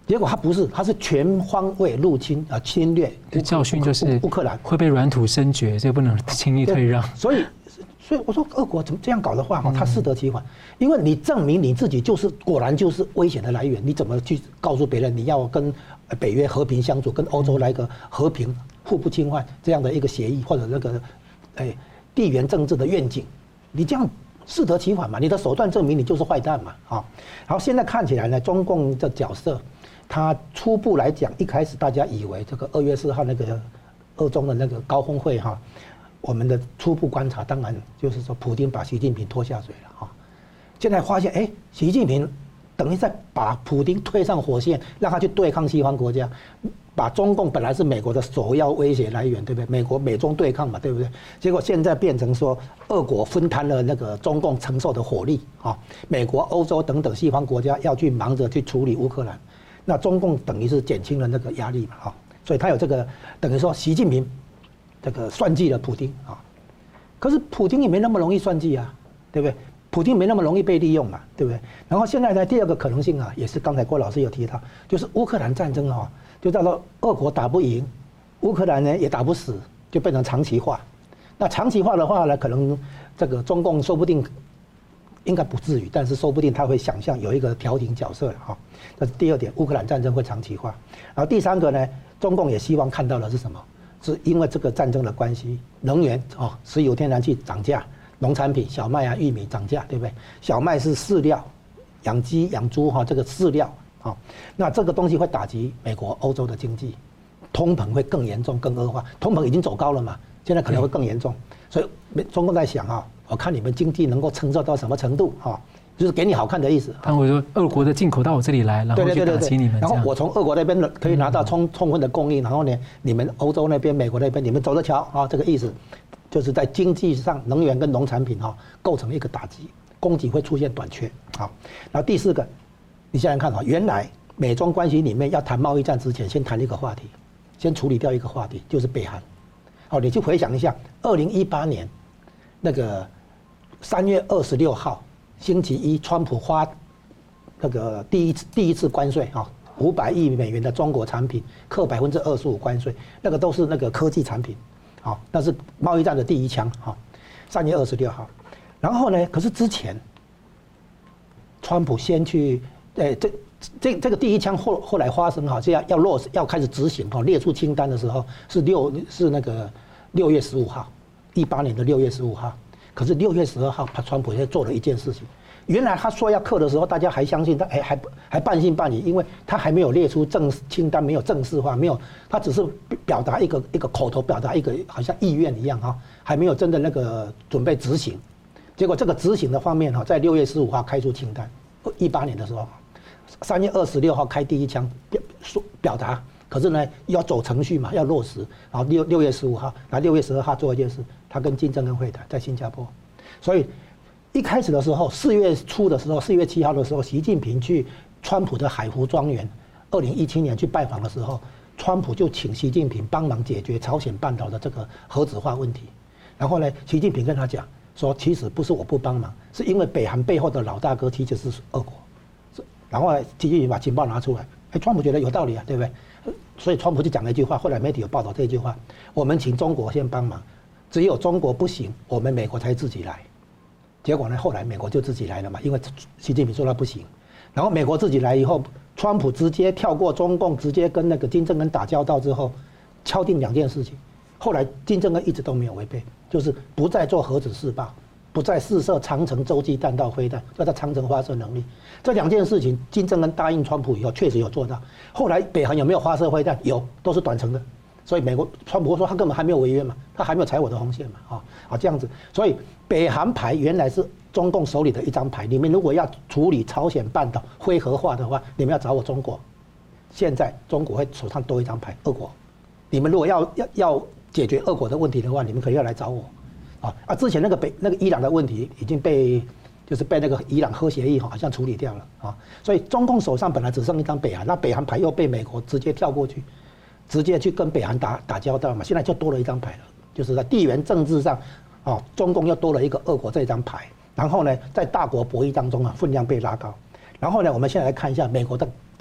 结果他不是，他是全方位入侵啊，侵略。 这教训就是乌克兰会被软土生绝，这不能轻易退让。 所以，所以我说，俄国怎么这样搞的话，哈，他适得其反，因为你证明你自己就是果然就是危险的来源，你怎么去告诉别人你要跟北约和平相处，跟欧洲来个和平互不侵犯这样的一个协议，或者那个，哎，地缘政治的愿景，你这样适得其反嘛？你的手段证明你就是坏蛋嘛，啊，然后现在看起来呢，中共的角色。他初步来讲，一开始大家以为这个二月四号那个俄中的那个高峰会哈，我们的初步观察，当然就是说，普丁把习近平拖下水了哈。现在发现，哎，习近平等于在把普丁推上火线，让他去对抗西方国家，把中共本来是美国的首要威胁来源，对不对？美国美中对抗嘛，对不对？结果现在变成说，俄国分摊了那个中共承受的火力啊，美国、欧洲等等西方国家要去忙着去处理乌克兰。那中共等于是减轻了那个压力嘛，哈，所以他有这个等于说习近平这个算计了普丁啊，可是普丁也没那么容易算计啊，对不对？普丁没那么容易被利用嘛，对不对？然后现在呢，第二个可能性啊，也是刚才郭老师有提到，就是乌克兰战争啊，就叫做俄国打不赢，乌克兰呢也打不死，就变成长期化。那长期化的话呢，可能这个中共说不定。应该不至于，但是说不定他会想象有一个调停角色了哈。这是第二点，乌克兰战争会长期化。然后第三个呢，中共也希望看到的是什么？是因为这个战争的关系，能源哦，石油、天然气涨价，农产品小麦啊、玉米涨价，对不对？小麦是饲料，养鸡、养猪哈，这个饲料啊，那这个东西会打击美国、欧洲的经济，通膨会更严重、更恶化。通膨已经走高了嘛，现在可能会更严重，所以中共在想啊。我看你们经济能够承受到什么程度啊？就是给你好看的意思。 他会说，俄国的进口到我这里来，然后去打击你们。 然后我从俄国那边可以拿到充充分的供应，然后呢，你们欧洲那边、美国那边，你们走着瞧啊！这个意思，就是在经济上，能源跟农产品哈构成一个打击，供给会出现短缺啊。然后第四个，你想想看啊，原来美中关系里面要谈贸易战之前，先谈一个话题，先处理掉一个话题，就是北韩。好，你去回想一下，二零一八年那个。三月二十六号，星期一，川普发那个第一次第一次关税啊，五百亿美元的中国产品扣百分之二十五关税，那个都是那个科技产品，好，那是贸易战的第一枪哈。三月二十六号，然后呢，可是之前，川普先去，哎，这这这个第一枪后后来发生哈，这样要落实要开始执行哈，列出清单的时候是六是那个六月十五号，一八年的六月十五号。可是六月十二号，他川普又做了一件事情。原来他说要克的时候，大家还相信他，还还还半信半疑，因为他还没有列出正清单，没有正式化，没有，他只是表达一个一个口头表达一个好像意愿一样哈，还没有真的那个准备执行。结果这个执行的方面哈，在六月十五号开出清单，一八年的时候，三月二十六号开第一枪表说表达。可是呢，要走程序嘛，要落实。然后六六月十五号，然后六月十二号做一件事，他跟金正恩会谈，在新加坡。所以一开始的时候，四月初的时候，四月七号的时候，习近平去川普的海湖庄园，二零一七年去拜访的时候，川普就请习近平帮忙解决朝鲜半岛的这个核子化问题。然后呢，习近平跟他讲说，其实不是我不帮忙，是因为北韩背后的老大哥其实是俄国。然后呢，习近平把情报拿出来，哎，川普觉得有道理啊，对不对？所以川普就讲了一句话，后来媒体有报道这句话：我们请中国先帮忙，只有中国不行，我们美国才自己来。结果呢，后来美国就自己来了嘛，因为习近平说他不行。然后美国自己来以后，川普直接跳过中共，直接跟那个金正恩打交道之后，敲定两件事情。后来金正恩一直都没有违背，就是不再做核子试爆，不再试射长程洲际弹道飞弹，叫它长程发射能力。这两件事情，金正恩答应川普以后，确实有做到。后来北韩有没有发射飞弹？有，都是短程的。所以美国川普说他根本还没有违约嘛，他还没有踩我的红线嘛，啊啊这样子。所以北韩牌原来是中共手里的一张牌，你们如果要处理朝鲜半岛非核化的话，你们要找我中国。现在中国会手上多一张牌，俄国。你们如果要要要解决俄国的问题的话，你们可以要来找我。啊啊！之前那个北那个伊朗的问题已经被就是被那个伊朗核协议好像处理掉了啊，所以中共手上本来只剩一张北韩，那北韩牌又被美国直接跳过去，直接去跟北韩打打交道嘛，现在就多了一张牌了，就是在地缘政治上，啊，中共又多了一个俄国这张牌，然后呢，在大国博弈当中啊，分量被拉高，然后呢，我们现在来看一下美国的在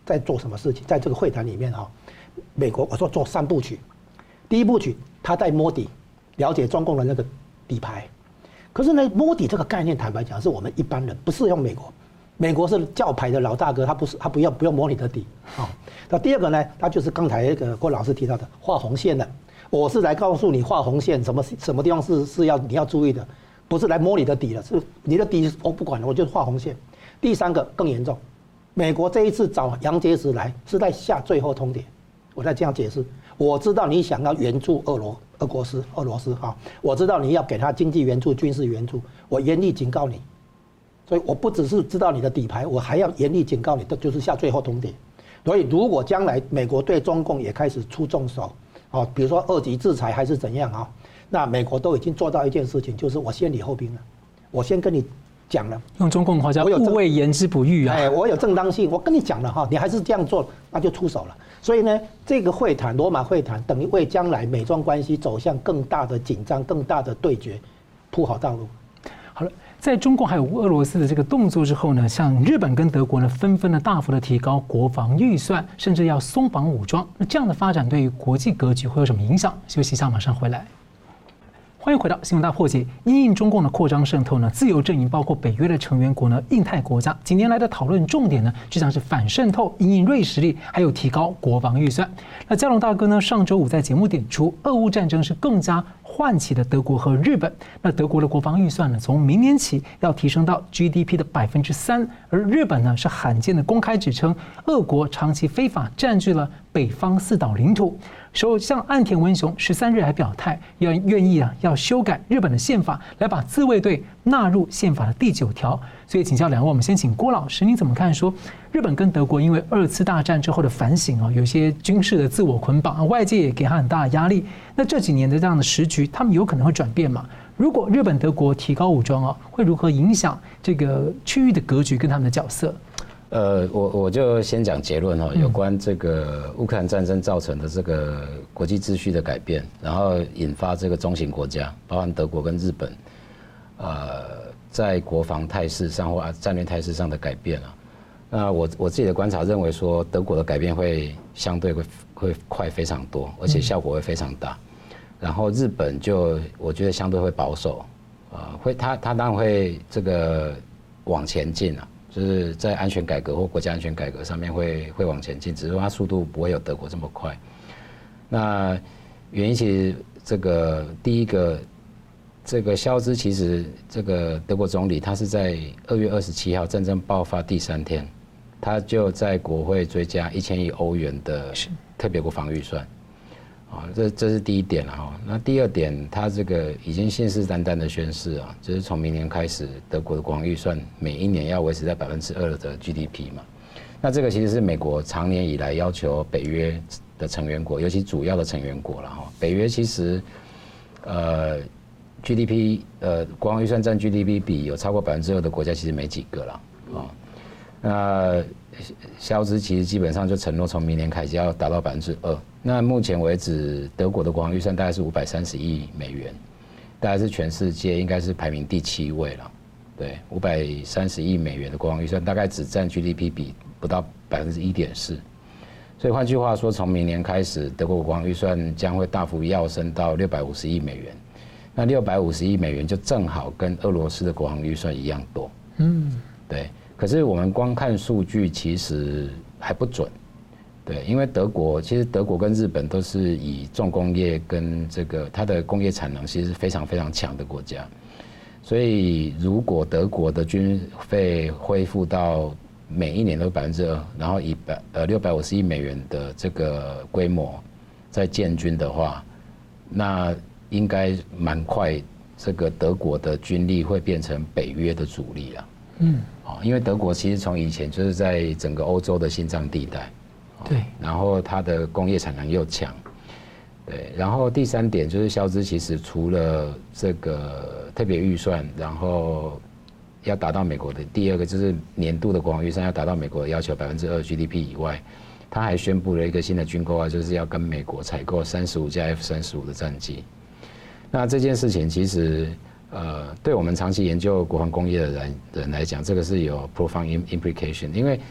在做什么事情？在这个会谈里面哈，美国我说做三部曲，第一部曲他在摸底，了解中共的那个底牌。可是呢，摸底这个概念，坦白讲是我们一般人不适用美国。美国是教牌的老大哥，他不是他不要不用摸你的底啊。那第二个呢，他就是刚才那个郭老师提到的画红线的。我是来告诉你画红线，什么什么地方是是要你要注意的，不是来摸你的底了，是你的底我不管了，我就是画红线。第三个更严重，美国这一次找杨洁篪来是在下最后通牒，我再这样解释。我知道你想要援助俄罗俄国斯俄罗斯哈，我知道你要给他经济援助、军事援助，我严厉警告你。所以我不只是知道你的底牌，我还要严厉警告你，这就是下最后通牒。所以如果将来美国对中共也开始出重手，哦，比如说二级制裁还是怎样啊，那美国都已经做到一件事情，就是我先礼后兵了，我先跟你讲了， 用中共话叫勿谓言之不预啊。 哎，我有正当性，我跟你讲了哈，你还是这样做，那就出手了。所以呢，这个会谈，罗马会谈，等于为将来美中关系走向更大的紧张、更大的对决铺好道路。 好了。在中共还有俄罗斯的这个动作之后呢，像日本跟德国呢，纷纷的大幅的提高国防预算，甚至要松绑武装。那这样的发展对于国际格局会有什么影响？休息一下，马上回来。欢迎回到新闻大破解。因应中共的扩张渗透呢，自由阵营包括北约的成员国呢，印太国家几年来的讨论重点呢，就像是反渗透、因应锐实力，还有提高国防预算。那嘉龙大哥呢，上周五在节目点出，俄乌战争是更加唤起的德国和日本。那德国的国防预算呢，从明年起要提升到 G D P 的百分之三，而日本呢是罕见的公开指称，俄国长期非法占据了北方四岛领土。首相岸田文雄十三日还表态，要愿意啊要修改日本的宪法，来把自卫队纳入宪法的第九条。所以请教两位，我们先请郭老师，你怎么看说日本跟德国因为二次大战之后的反省啊，有些军事的自我捆绑，外界也给他很大的压力。那这几年的这样的时局，他们有可能会转变吗？如果日本、德国提高武装啊，会如何影响这个区域的格局跟他们的角色？ 呃，我我就先讲结论哈，有关这个乌克兰战争造成的这个国际秩序的改变，然后引发这个中型国家，包含德国跟日本，呃，在国防态势上或战略态势上的改变啊。那我我自己的观察认为说，德国的改变会相对会会快非常多，而且效果会非常大。然后日本就我觉得相对会保守，啊、呃，会他他当然会这个往前进啊。就是在安全改革或国家安全改革上面会会往前进，只是说它速度不会有德国这么快。那原因其实这个第一个，这个肖兹其实这个德国总理他是在二月二十七号战争爆发第三天，他就在国会追加一千亿欧元的特别国防预算。啊，这这是第一点了哈。那第二点，他这个已经信誓旦旦的宣示啊，就是从明年开始，德国的国防预算每一年要维持在百分之二的 G D P 嘛。那这个其实是美国长年以来要求北约的成员国，尤其主要的成员国了哈。北约其实，呃 ，G D P 呃国防预算占 G D P 比有超过百分之二的国家其实没几个了啊。那肖兹其实基本上就承诺从明年开始要达到百分之二。那目前为止，德国的国防预算大概是五百三十亿美元，大概是全世界应该是排名第七位了。对，五百三十亿美元的国防预算，大概只占 G D P 比不到百分之一点四。所以换句话说，从明年开始，德国国防预算将会大幅跃升到六百五十亿美元。那六百五十亿美元就正好跟俄罗斯的国防预算一样多。嗯，对。可是我们光看数据，其实还不准。对，因为德国其实德国跟日本都是以重工业跟这个它的工业产能其实是非常非常强的国家，所以如果德国的军费恢复到每一年都百分之二，然后以百呃六百五十亿美元的这个规模在建军的话，那应该蛮快，这个德国的军力会变成北约的主力了。嗯，哦，因为德国其实从以前就是在整个欧洲的心脏地带。 对， 然后它的工业产能又强，对，然后第三点就是肖兹其实除了这个特别预算，然后要达到美国的第二个就是年度的国防预算要达到美国的要求百分之二 G D P 以外，他还宣布了一个新的军购啊，就是要跟美国采购三十五架 F 三十五的战机。那这件事情其实呃，对我们长期研究国防工业的人人来讲，这个是有 profound implication， 因为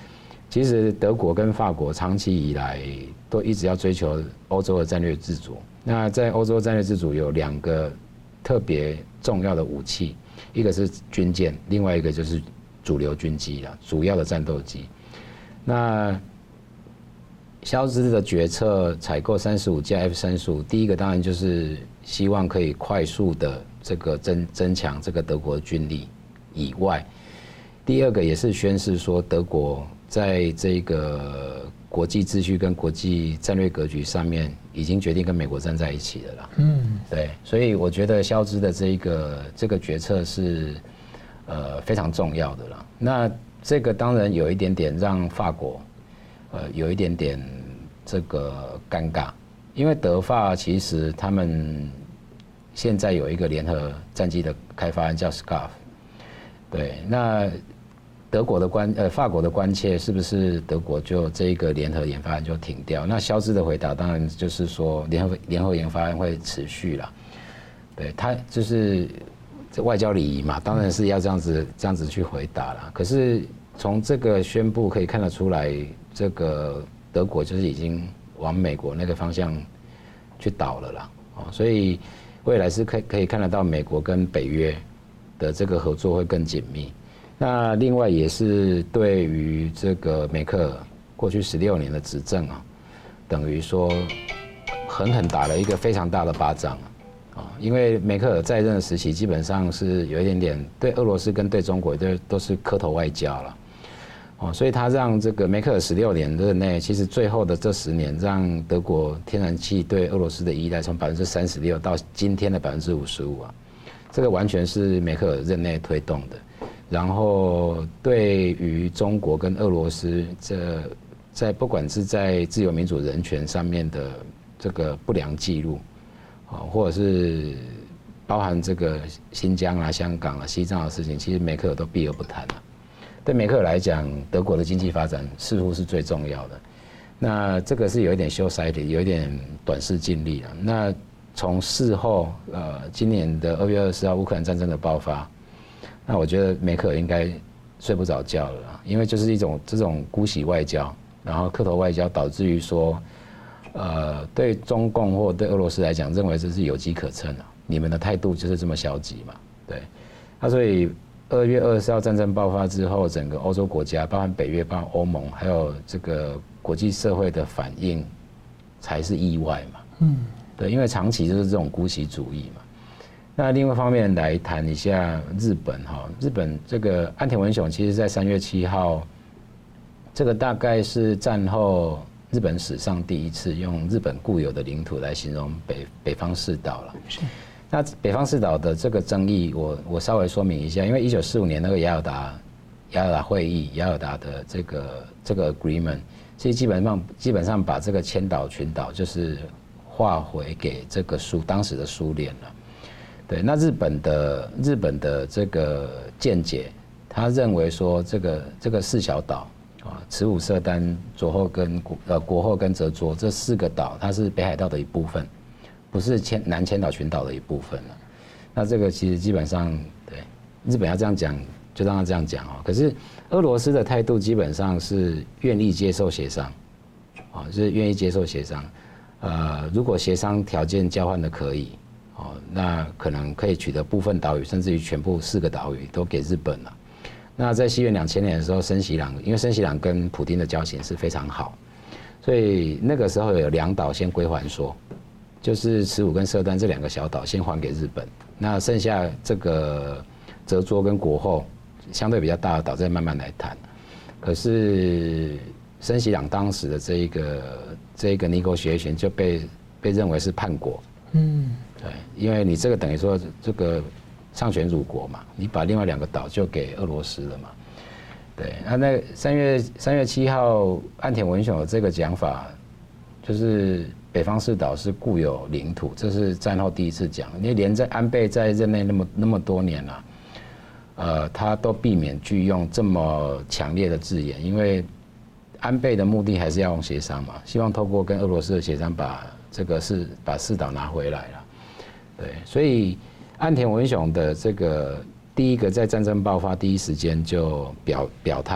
其实德国跟法国长期以来都一直要追求欧洲的战略自主。那在欧洲战略自主有两个特别重要的武器，一个是军舰，另外一个就是主流军机啦，主要的战斗机。那肖兹的决策采购三十五架 F 三十五，第一个当然就是希望可以快速的这个增增强这个德国的军力以外，第二个也是宣示说德国在这个国际秩序跟国际战略格局上面已经决定跟美国站在一起了啦。嗯，对，所以我觉得肖兹的这个这个决策是呃非常重要的啦。那这个当然有一点点让法国呃有一点点这个尴尬，因为德法其实他们现在有一个联合战机的开发案叫 S C A F， 对，那德国的关呃法国的关切是不是德国就这一个联合研发案就停掉？那肖兹的回答当然就是说联合联合研发案会持续啦，对，他就是外交礼仪嘛，当然是要这样子这样子去回答啦。可是从这个宣布可以看得出来，这个德国就是已经往美国那个方向去倒了啦，哦，所以未来是可以可以看得到美国跟北约的这个合作会更紧密。那另外也是对于这个梅克尔过去十六年的执政啊，等于说狠狠打了一个非常大的巴掌啊，因为梅克尔在任的时期基本上是有一点点对俄罗斯跟对中国都都是磕头外交了，哦，所以他让这个梅克尔十六年任内，其实最后的这十年让德国天然气对俄罗斯的依赖从百分之三十六到今天的百分之五十五啊，这个完全是梅克尔任内推动的。然后对于中国跟俄罗斯这在不管是在自由民主人权上面的这个不良记录，啊，或者是包含这个新疆啊、香港啊、西藏的事情，其实梅克尔都避而不谈了。对梅克尔来讲，德国的经济发展似乎是最重要的。那这个是有一点short sighted，有一点短视近利了。那从事后，呃，今年的二月二十四号乌克兰战争的爆发。那我觉得梅克尔应该睡不着觉了啦，因为就是一种这种姑息外交，然后磕头外交，导致于说，呃，对中共或对俄罗斯来讲，认为这是有机可乘啊，你们的态度就是这么消极嘛，对。那所以二月二十四号战争爆发之后，整个欧洲国家，包含北约、包含欧盟，还有这个国际社会的反应，才是意外嘛，嗯，对，因为长期就是这种姑息主义嘛。那另外一方面来谈一下日本哈，日本这个岸田文雄，其实在三月七号，这个大概是战后日本史上第一次用日本固有的领土来形容北北方四岛了。是。那北方四岛的这个争议，我我稍微说明一下，因为一九四五年那个雅尔达雅尔达会议，雅尔达的这个这个 agreement， 其实基本上基本上把这个千岛群岛就是划回给这个苏当时的苏联了。对，那日本的日本的这个见解，他认为说这个这个四小岛啊，慈五色丹、佐后跟呃国后跟泽卓这四个岛，它是北海道的一部分，不是千南千岛群岛的一部分了。那这个其实基本上对日本要这样讲，就让他这样讲啊。可是俄罗斯的态度基本上是愿意接受协商，啊，就是愿意接受协商。呃，如果协商条件交换的可以。哦，那可能可以取得部分岛屿，甚至于全部四个岛屿都给日本了。那在西元两千年的时候，森喜朗因为森喜朗跟普丁的交情是非常好，所以那个时候有两岛先归还说，就是慈五跟色丹这两个小岛先还给日本，那剩下这个泽卓跟国后相对比较大的岛再慢慢来谈。可是森喜朗当时的这一个这一个 negotiation 就被被认为是叛国。嗯。对，因为你这个等于说这个上权辱国嘛，你把另外两个岛就给俄罗斯了嘛。对，那那三月三月七号岸田文雄的这个讲法，就是北方四岛是固有领土，这是战后第一次讲。你连在安倍在任内那么那么多年了、啊，呃，他都避免去用这么强烈的字眼，因为安倍的目的还是要用协商嘛，希望透过跟俄罗斯的协商把这个是把四岛拿回来了。对，所以岸田文雄的这个第一个在战争爆发第一时间就表表态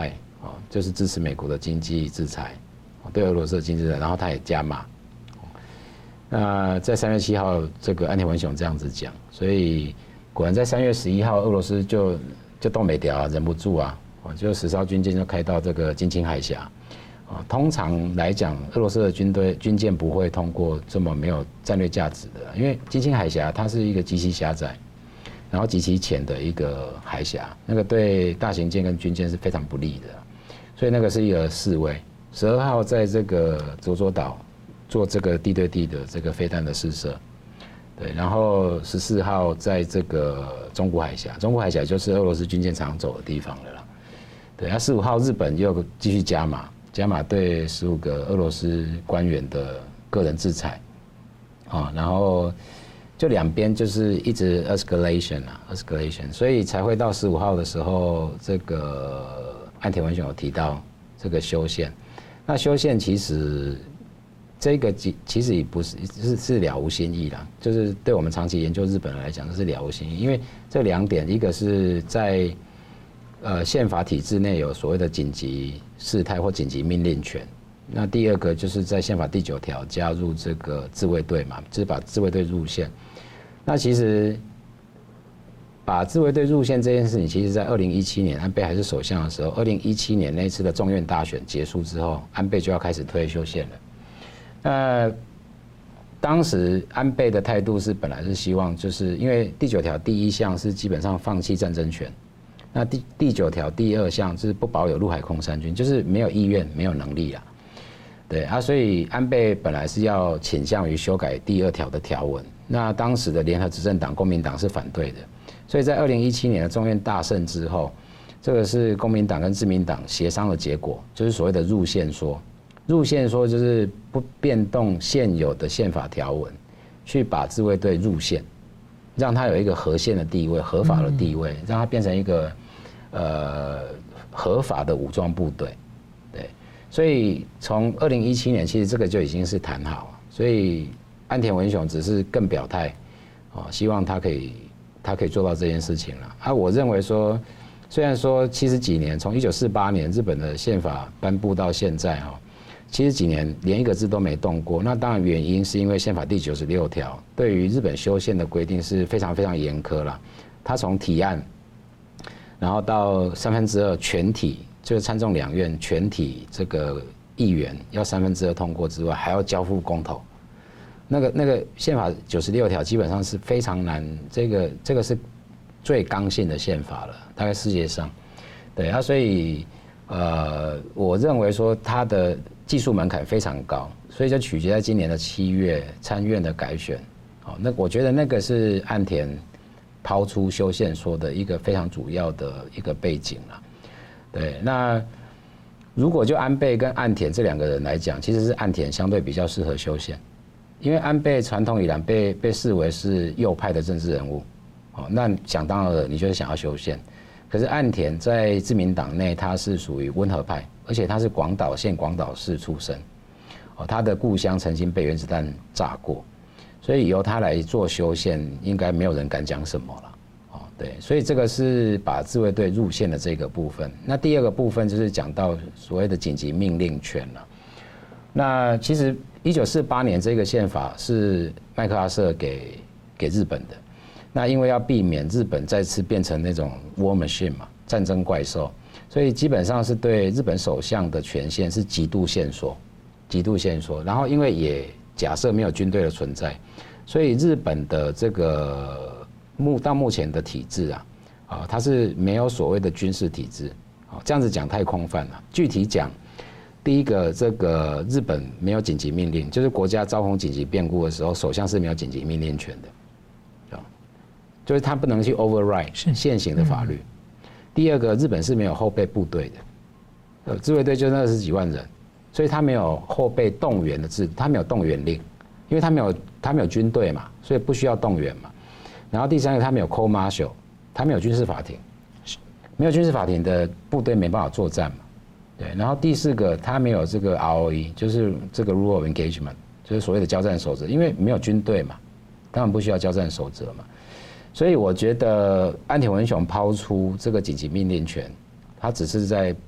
哦，就是支持美国的经济制裁，对俄罗斯的经济制裁，然后他也加码。那在三月七号，这个岸田文雄这样子讲，所以果然在三月十一号，俄罗斯就就动没掉啊，忍不住啊，就十艘军舰就开到这个金青海峡。啊，通常来讲，俄罗斯的军队军舰不会通过这么没有战略价值的，因为金青海峡它是一个极其狭窄，然后极其浅的一个海峡，那个对大型舰跟军舰是非常不利的，所以那个是一个示威。十二号在这个佐佐岛做这个地对地的这个飞弹的试射，对，然后十四号在这个中国海峡，中国海峡就是俄罗斯军舰常走的地方了啦。对，那十五号日本又继续加码，加码对十五个俄罗斯官员的个人制裁，啊，然后就两边就是一直 escalation 啊 escalation， 所以才会到十五号的时候，这个岸田文雄有提到这个修宪，那修宪其实。这个其实也不是是是了无新意啦，就是对我们长期研究日本人来讲，这是了无新意。因为这两点，一个是在呃宪法体制内有所谓的紧急事态或紧急命令权，那第二个就是在宪法第九条加入这个自卫队嘛，就是把自卫队入宪。那其实把自卫队入宪这件事情，其实在二零一七年安倍还是首相的时候，二零一七年那次的众院大选结束之后，安倍就要开始推修宪了。那当时安倍的态度是，本来是希望，就是因为第九条第一项是基本上放弃战争权，那第第九条第二项就是不保有陆海空三军，就是没有意愿、没有能力啊。对啊，所以安倍本来是要倾向于修改第二条的条文，那当时的联合执政党国民党是反对的，所以在二零一七年的众院大胜之后，这个是国民党跟自民党协商的结果，就是所谓的入宪说。入宪说就是不变动现有的宪法条文，去把自卫队入宪，让它有一个合宪的地位、合法的地位，让它变成一个呃合法的武装部队。对，所以从二零一七年，其实这个就已经是谈好，所以岸田文雄只是更表态，哦，希望他可以他可以做到这件事情了。啊，我认为说，虽然说七十几年，从一九四八年日本的宪法颁布到现在哈。七十几年连一个字都没动过，那当然原因是因为宪法第九十六条对于日本修宪的规定是非常非常严苛啦。它从提案，然后到三分之二全体，就是参众两院全体这个议员要三分之二通过之外，还要交付公投。那个那个宪法九十六条基本上是非常难，这个这个是最刚性的宪法了，大概世界上，对啊，所以呃，我认为说它的技术门槛非常高，所以就取决在今年的七月参院的改选。好，那我觉得那个是岸田抛出修宪说的一个非常主要的一个背景啦。对，那如果就安倍跟岸田这两个人来讲，其实是岸田相对比较适合修宪，因为安倍传统以来被被视为是右派的政治人物。好，那想当然了，你就是想要修宪。可是岸田在自民党内，他是属于温和派，而且他是广岛县广岛市出身，哦，他的故乡曾经被原子弹炸过，所以由他来做修宪，应该没有人敢讲什么了，哦，对，所以这个是把自卫队入宪的这个部分。那第二个部分就是讲到所谓的紧急命令权了。那其实一九四八年这个宪法是麦克阿瑟给给日本的。那因为要避免日本再次变成那种 war machine 嘛，战争怪兽，所以基本上是对日本首相的权限是极度限缩，极度限缩。然后因为也假设没有军队的存在，所以日本的这个目到目前的体制啊，啊，它是没有所谓的军事体制，啊，这样子讲太空泛了。具体讲，第一个，这个日本没有紧急命令，就是国家遭逢紧急变故的时候，首相是没有紧急命令权的。就是他不能去 override 现行的法律。嗯、第二个，日本是没有后备部队的，呃，自卫队就那二十几万人，所以他没有后备动员的制度，他没有动员令，因为他没有他没有军队嘛，所以不需要动员嘛。然后第三个，他没有 court martial， 他没有军事法庭，没有军事法庭的部队没办法作战嘛。对，然后第四个，他没有这个 R O E， 就是这个 rule of engagement， 就是所谓的交战守则，因为没有军队嘛，当然不需要交战守则嘛。所以我觉得岸田文雄抛出这个紧急命令权，他只是在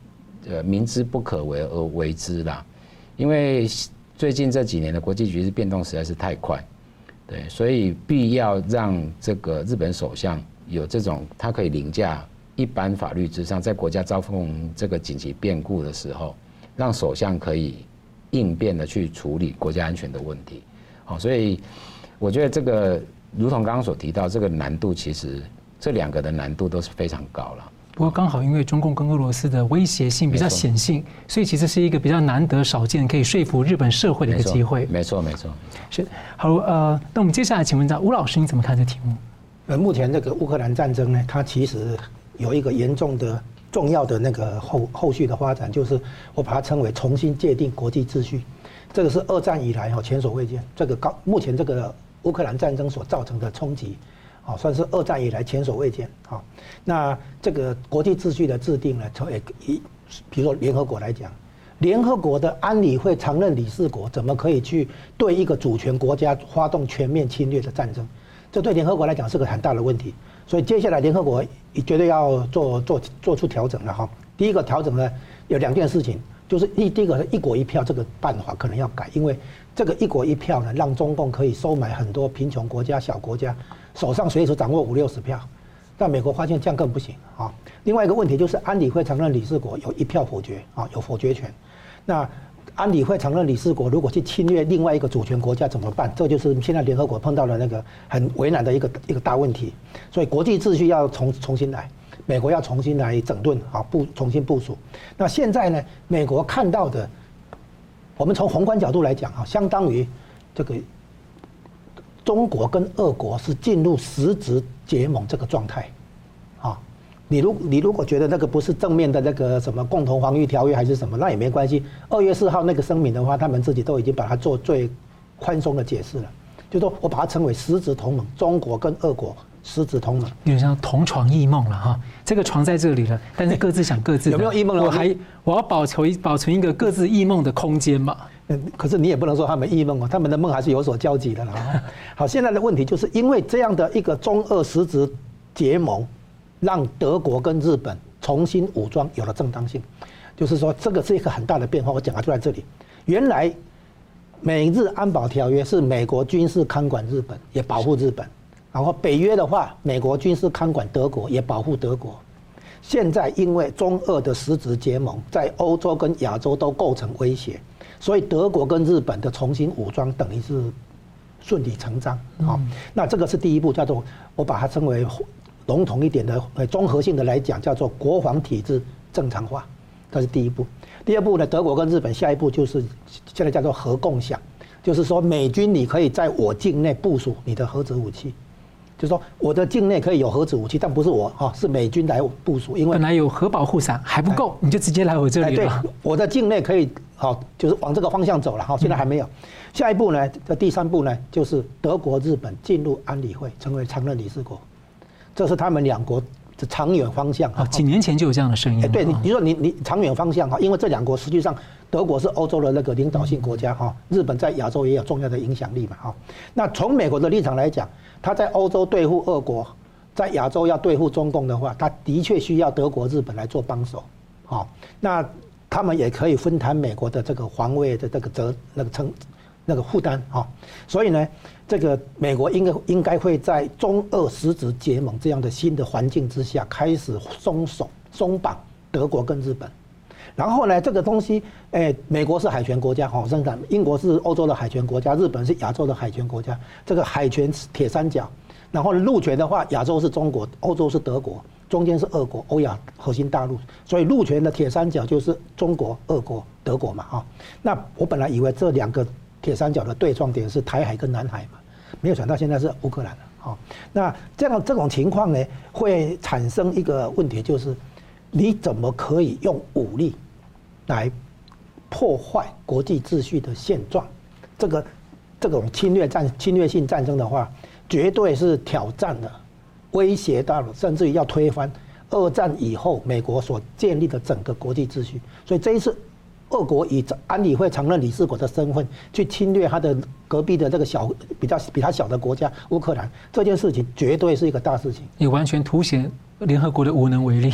呃明知不可为而为之啦，因为最近这几年的国际局势变动实在是太快，对，所以必要让这个日本首相有这种他可以凌驾一般法律之上，在国家遭逢这个紧急变故的时候，让首相可以应变的去处理国家安全的问题。好，所以我觉得这个如同刚刚所提到，这个难度其实这两个的难度都是非常高了。 不过刚好因为中共跟俄罗斯的威胁性比较显性，所以其实是一个比较难得少见可以说服日本社会的一个机会。 没错，没错。 是好，呃，那我们接下来请问一下吴老师，你怎么看这题目？ 呃，目前这个乌克兰战争呢，它其实有一个严重的、重要的那个后后续的发展，就是我把它称为重新界定国际秩序。这个是二战以来哈前所未见，这个高目前这个乌克兰战争所造成的冲击。啊，算是二战以来前所未见啊。那这个国际秩序的制定呢，从以比如说联合国来讲，联合国的安理会常任理事国怎么可以去对一个主权国家发动全面侵略的战争？这对联合国来讲是个很大的问题。所以接下来联合国绝对要做做做出调整了哈。第一个调整呢，有两件事情，就是一第一个一国一票这个办法可能要改，因为这个一国一票呢，让中共可以收买很多贫穷国家、小国家。手上随时掌握五六十票，但美国发现这样更不行啊。另外一个问题就是安理会常任理事国有一票否决啊，有否决权。那安理会常任理事国如果去侵略另外一个主权国家怎么办？这就是现在联合国碰到的那个很为难的一个一个大问题。所以国际秩序要重重新来，美国要重新来整顿啊，部重新部署。那现在呢，美国看到的，我们从宏观角度来讲啊，相当于这个。中国跟俄国是进入实质结盟这个状态，啊，你如你如果觉得那个不是正面的那个什么共同防御条约还是什么，那也没关系。二月四号那个声明的话，他们自己都已经把它做最宽松的解释了，就说我把它称为实质同盟，中国跟俄国实质同盟， 有点像同床异梦了哈。这个床在这里了，但是各自想各自的。 有没有异梦了？ 我还我要保求保存一个各自异梦的空间嘛。 嗯，可是你也不能说他们异梦哦，他们的梦还是有所交集的啦。好，现在的问题就是因为这样的一个中俄实质结盟，让德国跟日本重新武装有了正当性，就是说这个是一个很大的变化。我讲的就在这里，原来美日安保条约是美国军事看管日本，也保护日本，然后北约的话，美国军事看管德国，也保护德国。现在因为中俄的实质结盟，在欧洲跟亚洲都构成威胁。所以德国跟日本的重新武装等于是顺理成章啊、嗯。那这个是第一步，叫做我把它称为笼统一点的、呃综合性的来讲，叫做国防体制正常化，这是第一步。第二步呢，德国跟日本下一步就是现在叫做核共享，就是说美军你可以在我境内部署你的核子武器。就是说，我的境内可以有核子武器，但不是我啊，是美军来部署。因为本来有核保护伞还不够，你就直接来我这里了。 对，我的境内可以好，就是往这个方向走了哈。现在还没有。下一步呢？这第三步呢，就是德国、日本进入安理会，成为常任理事国，这是他们两国的长远方向啊。几年前就有这样的声音。 对，你你说你你长远方向哈，因为这两国实际上，德国是欧洲的那个领导性国家哈，日本在亚洲也有重要的影响力嘛哈。那从美国的立场来讲，他在欧洲对付俄国，在亚洲要对付中共的话，他的确需要德国、日本来做帮手，好，那他们也可以分摊美国的这个防卫的这个责那个称那个负担啊。所以呢，这个美国应该应该会在中俄实质结盟这样的新的环境之下，开始松手松绑德国跟日本。然后呢，这个东西，哎，美国是海权国家，哈，生产；英国是欧洲的海权国家，日本是亚洲的海权国家。这个海权铁三角，然后陆权的话，亚洲是中国，欧洲是德国，中间是俄国，欧亚核心大陆。所以陆权的铁三角就是中国、俄国、德国嘛，哈。那我本来以为这两个铁三角的对撞点是台海跟南海嘛，没有想到现在是乌克兰了，哈。那这样这种情况呢，会产生一个问题，就是你怎么可以用武力来破坏国际秩序的现状？这个这种侵略战、侵略性战争的话，绝对是挑战了、威胁到了，甚至于要推翻二战以后美国所建立的整个国际秩序。所以这一次，俄国以安理会常任理事国的身份去侵略他的隔壁的这个小、比较比他小的国家乌克兰，这件事情绝对是一个大事情， 也完全凸显联合国的无能为力。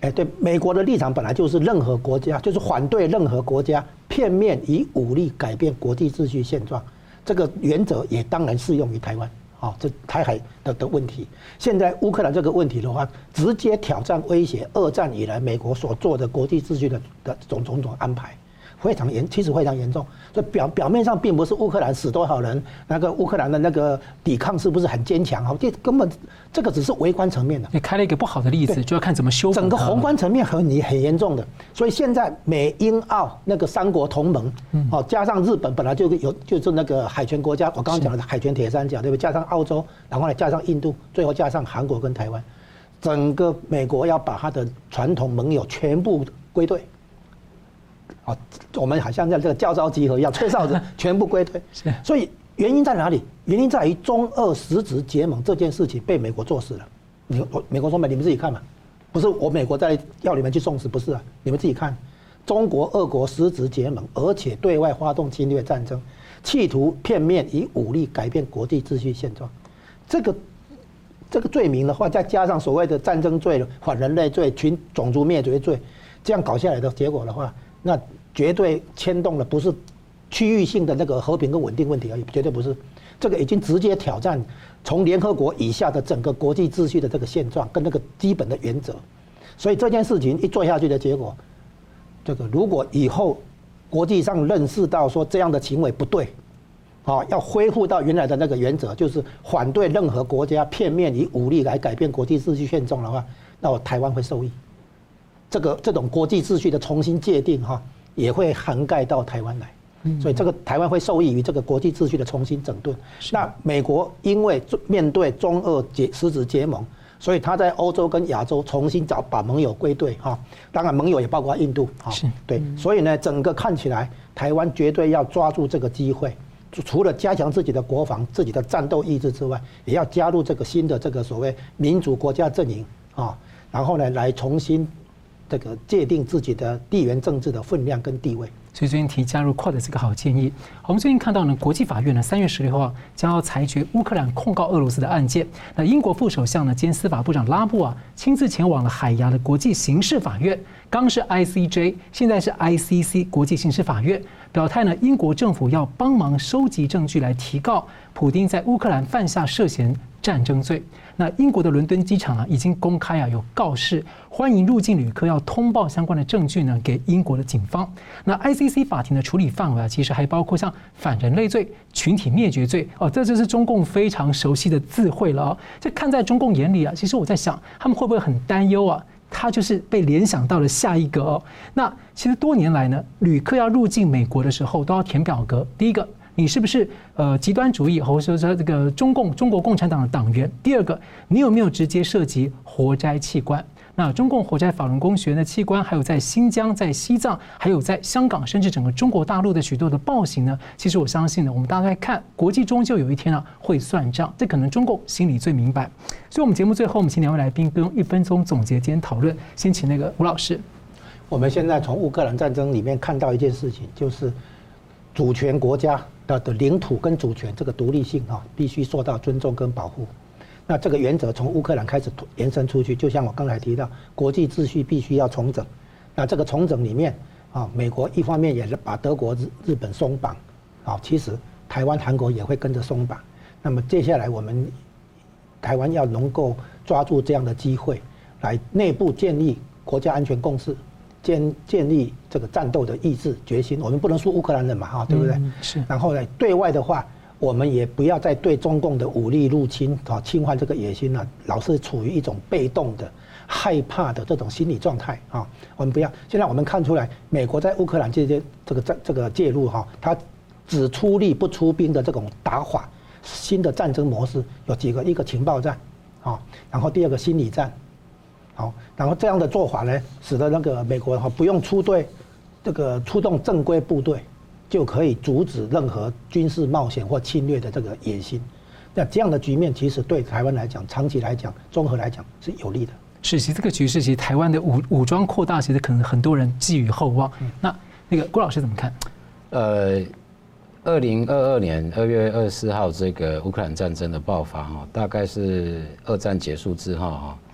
哎，对，美国的立场本来就是任何国家，就是反对任何国家片面以武力改变国际秩序现状，这个原则也当然适用于台湾。啊，这台海的的问题，现在乌克兰这个问题的话，直接挑战威胁二战以来美国所做的国际秩序的的种种种安排。非常严，其实非常严重。所以表表面上并不是乌克兰死多少人，那个乌克兰的那个抵抗是不是很坚强？哈，这根本这个只是微观层面的。 你开了一个不好的例子，就要看怎么修复。 整个宏观层面很很严重的。所以现在美英澳那个三国同盟，哦，加上日本本来就有就是那个海权国家，我刚刚讲的海权铁三角，对不对？加上澳洲，然后呢加上印度，最后加上韩国跟台湾，整个美国要把他的传统盟友全部归队。啊，我们好像在这个教招集合一样，吹哨子全部归队。所以原因在哪里？原因在于中俄实质结盟这件事情被美国做死了。你美国说美，你们自己看嘛，不是我美国在要你们去送死，不是啊，你们自己看。中国、俄国实质结盟，而且对外发动侵略战争，企图片面以武力改变国际秩序现状。这个这个罪名的话，再加上所谓的战争罪、反人类罪、群种族灭绝罪，这样搞下来的结果的话，那绝对牵动了不是区域性的那个和平跟稳定问题而已，绝对不是。这个已经直接挑战从联合国以下的整个国际秩序的这个现状跟那个基本的原则。所以这件事情一做下去的结果，这个如果以后国际上认识到说这样的行为不对，啊，要恢复到原来的那个原则，就是反对任何国家片面以武力来改变国际秩序现状的话，那我台湾会受益。这个这种国际秩序的重新界定哈，也会涵盖到台湾来，所以这个台湾会受益于这个国际秩序的重新整顿。那美国因为面对中俄结实质结盟，所以他在欧洲跟亚洲重新找把盟友归队哈，当然盟友也包括印度哈，对，所以呢，整个看起来台湾绝对要抓住这个机会，除了加强自己的国防、自己的战斗意志之外，也要加入这个新的这个所谓民主国家阵营啊，然后呢，来重新这个界定自己的地缘政治的分量跟地位。 所以最近提加入 Quad 是个好建议。我们最近看到呢，国际法院呢三月十六号将要裁决乌克兰控告俄罗斯的案件。那英国副首相呢兼司法部长拉布啊亲自前往了海牙的国际刑事法院，刚是 I C J， 现在是 I C C 国际刑事法院，表态呢英国政府要帮忙收集证据来提告普丁在乌克兰犯下涉嫌战争罪。那英国的伦敦机场啊，已经公开啊有告示，欢迎入境旅客要通报相关的证据呢给英国的警方。那 I C C 法庭的处理范围啊，其实还包括像反人类罪、群体灭绝罪哦，这就是中共非常熟悉的字汇了哦。这看在中共眼里啊，其实我在想，他们会不会很担忧啊？他就是被联想到了下一个哦。那其实多年来呢，旅客要入境美国的时候都要填表格，第一个，你是不是呃极端主义，或者说这个中共中国共产党的党员？第二个，你有没有直接涉及活摘器官？那中共活摘法轮功学的器官，还有在新疆、在西藏，还有在香港，甚至整个中国大陆的许多的暴行呢？其实我相信呢，我们大概看国际终究有一天啊会算账，这可能中共心里最明白。所以，我们节目最后，我们请两位来宾各用一分钟总结今天讨论。先请那个吴老师。 我们现在从乌克兰战争里面看到一件事情，就是主权国家的的领土跟主权这个独立性啊，必须受到尊重跟保护。那这个原则从乌克兰开始延伸出去，就像我刚才提到，国际秩序必须要重整。那这个重整里面啊，美国一方面也是把德国、日日本松绑，啊，其实台湾、韩国也会跟着松绑。那么接下来我们台湾要能够抓住这样的机会，来内部建立国家安全共识，建建立这个战斗的意志决心。我们不能输乌克兰人嘛，哈，对不对？ 嗯、是。 然后呢，对外的话，我们也不要再对中共的武力入侵啊、侵犯这个野心了、啊，老是处于一种被动的、害怕的这种心理状态啊。我们不要。现在我们看出来，美国在乌克兰这些这个这这个介入哈、啊，它只出力不出兵的这种打法，新的战争模式有几个：一个情报战，啊，然后第二个心理战，好，然后这样的做法呢，使得那个美国哈不用出队，这个出动正规部队。就可以阻止任何军事冒险或侵略的这个野心。那这样的局面，其实对台湾来讲，长期来讲，综合来讲是有利的。 是，其实这个局势，其实台湾的武武装扩大，其实可能很多人寄予厚望。嗯、那那个郭老师怎么看？ 呃，二零二二年二月二十四号这个乌克兰战争的爆发哈，大概是二战结束之后哈，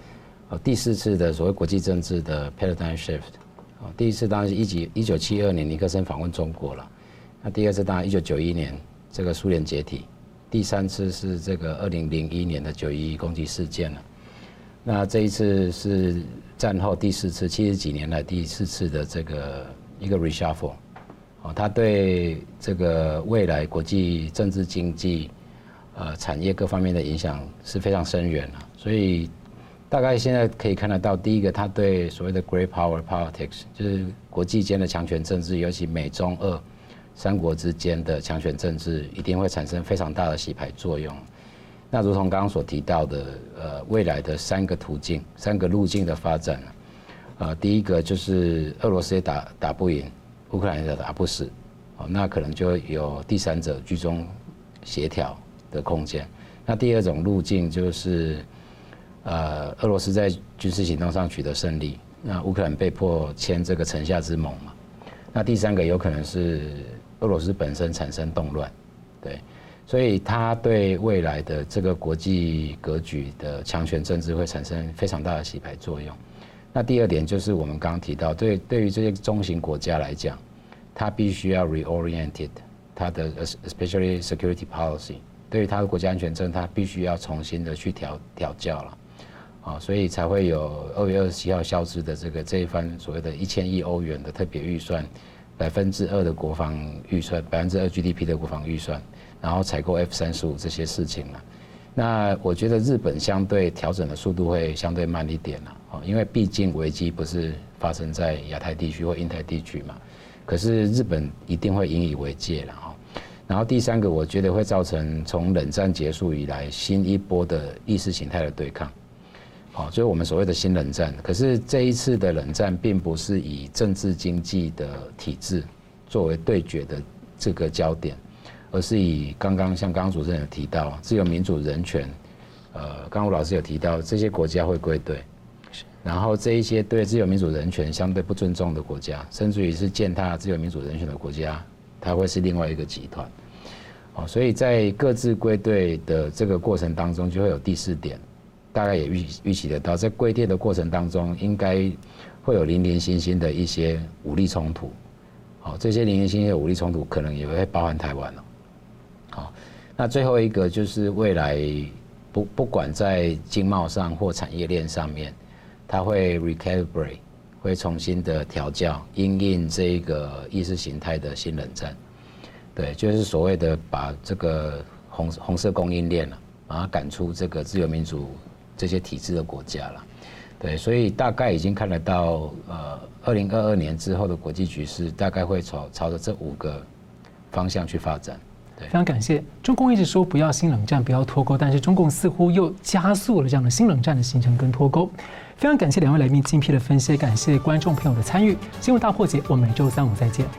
呃第四次的所谓国际政治的 paradigm shift。第一次当然是一九七二年尼克森访问中国了，那第二次当然一九九一年这个苏联解体，第三次是这个二零零一年的九一一攻击事件了。那这一次是战后第四次，七十几年来第四次的这个一个 reshuffle， 哦，它对这个未来国际政治经济、呃产业各方面的影响是非常深远了，所以。大概现在可以看得到，第一个，它对所谓的 Great Power Politics， 就是国际间的强权政治，尤其美中俄三国之间的强权政治，一定会产生非常大的洗牌作用。那如同刚刚所提到的，呃，未来的三个途径、三个路径的发展，呃，第一个就是俄罗斯也打打不赢，乌克兰也打不死，哦，那可能就有第三者居中协调的空间。那第二种路径就是。呃，俄罗斯在军事行动上取得胜利，那乌克兰被迫签这个城下之盟嘛。那第三个有可能是俄罗斯本身产生动乱，对，所以它对未来的这个国际格局的强权政治会产生非常大的洗牌作用。那第二点就是我们刚刚提到，对对于这些中型国家来讲，它必须要 reoriented 它的 especially security policy， 对于它的国家安全政策，它必须要重新的去调调教了。啊，所以才会有二月二十七号消失的这个这一番所谓的一千亿欧元的特别预算，百分之二的国防预算，百分之二 G D P 的国防预算，然后采购 F 三十五这些事情了。那我觉得日本相对调整的速度会相对慢一点了，啊，因为毕竟危机不是发生在亚太地区或印太地区嘛，可是日本一定会引以为戒了哈。然后第三个，我觉得会造成从冷战结束以来新一波的意识形态的对抗。好，就是我们所谓的新冷战。可是这一次的冷战并不是以政治经济的体制作为对决的这个焦点，而是以刚刚像刚刚主持人有提到自由民主人权，呃，刚刚吴老师有提到这些国家会归队，然后这一些对自由民主人权相对不尊重的国家，甚至于是践踏自由民主人权的国家，它会是另外一个集团。好，所以在各自归队的这个过程当中，就会有第四点。大概也预预期得到，在归队的过程当中，应该会有零零星星的一些武力冲突。好，这些零零星星的武力冲突可能也会包含台湾了。好，那最后一个就是未来不不管在经贸上或产业链上面，它会 recalibrate， 会重新的调教，因应这个意识形态的新冷战。对，就是所谓的把这个红红色供应链了，把它赶出这个自由民主这些体制的国家了，对，所以大概已经看得到，呃，二零二二年之后的国际局势大概会朝朝着这五个方向去发展。对， 非常感谢。中共一直说不要新冷战，不要脱钩，但是中共似乎又加速了这样的新冷战的形成跟脱钩。非常感谢两位来宾精辟的分析，感谢观众朋友的参与。新闻大破解，我们每周三五再见。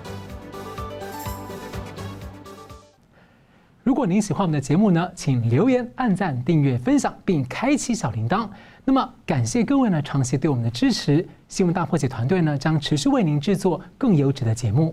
如果您喜欢我们的节目呢，请留言、按赞、订阅、分享，并开启小铃铛。那么，感谢各位呢长期对我们的支持。新闻大破解团队呢将持续为您制作更优质的节目。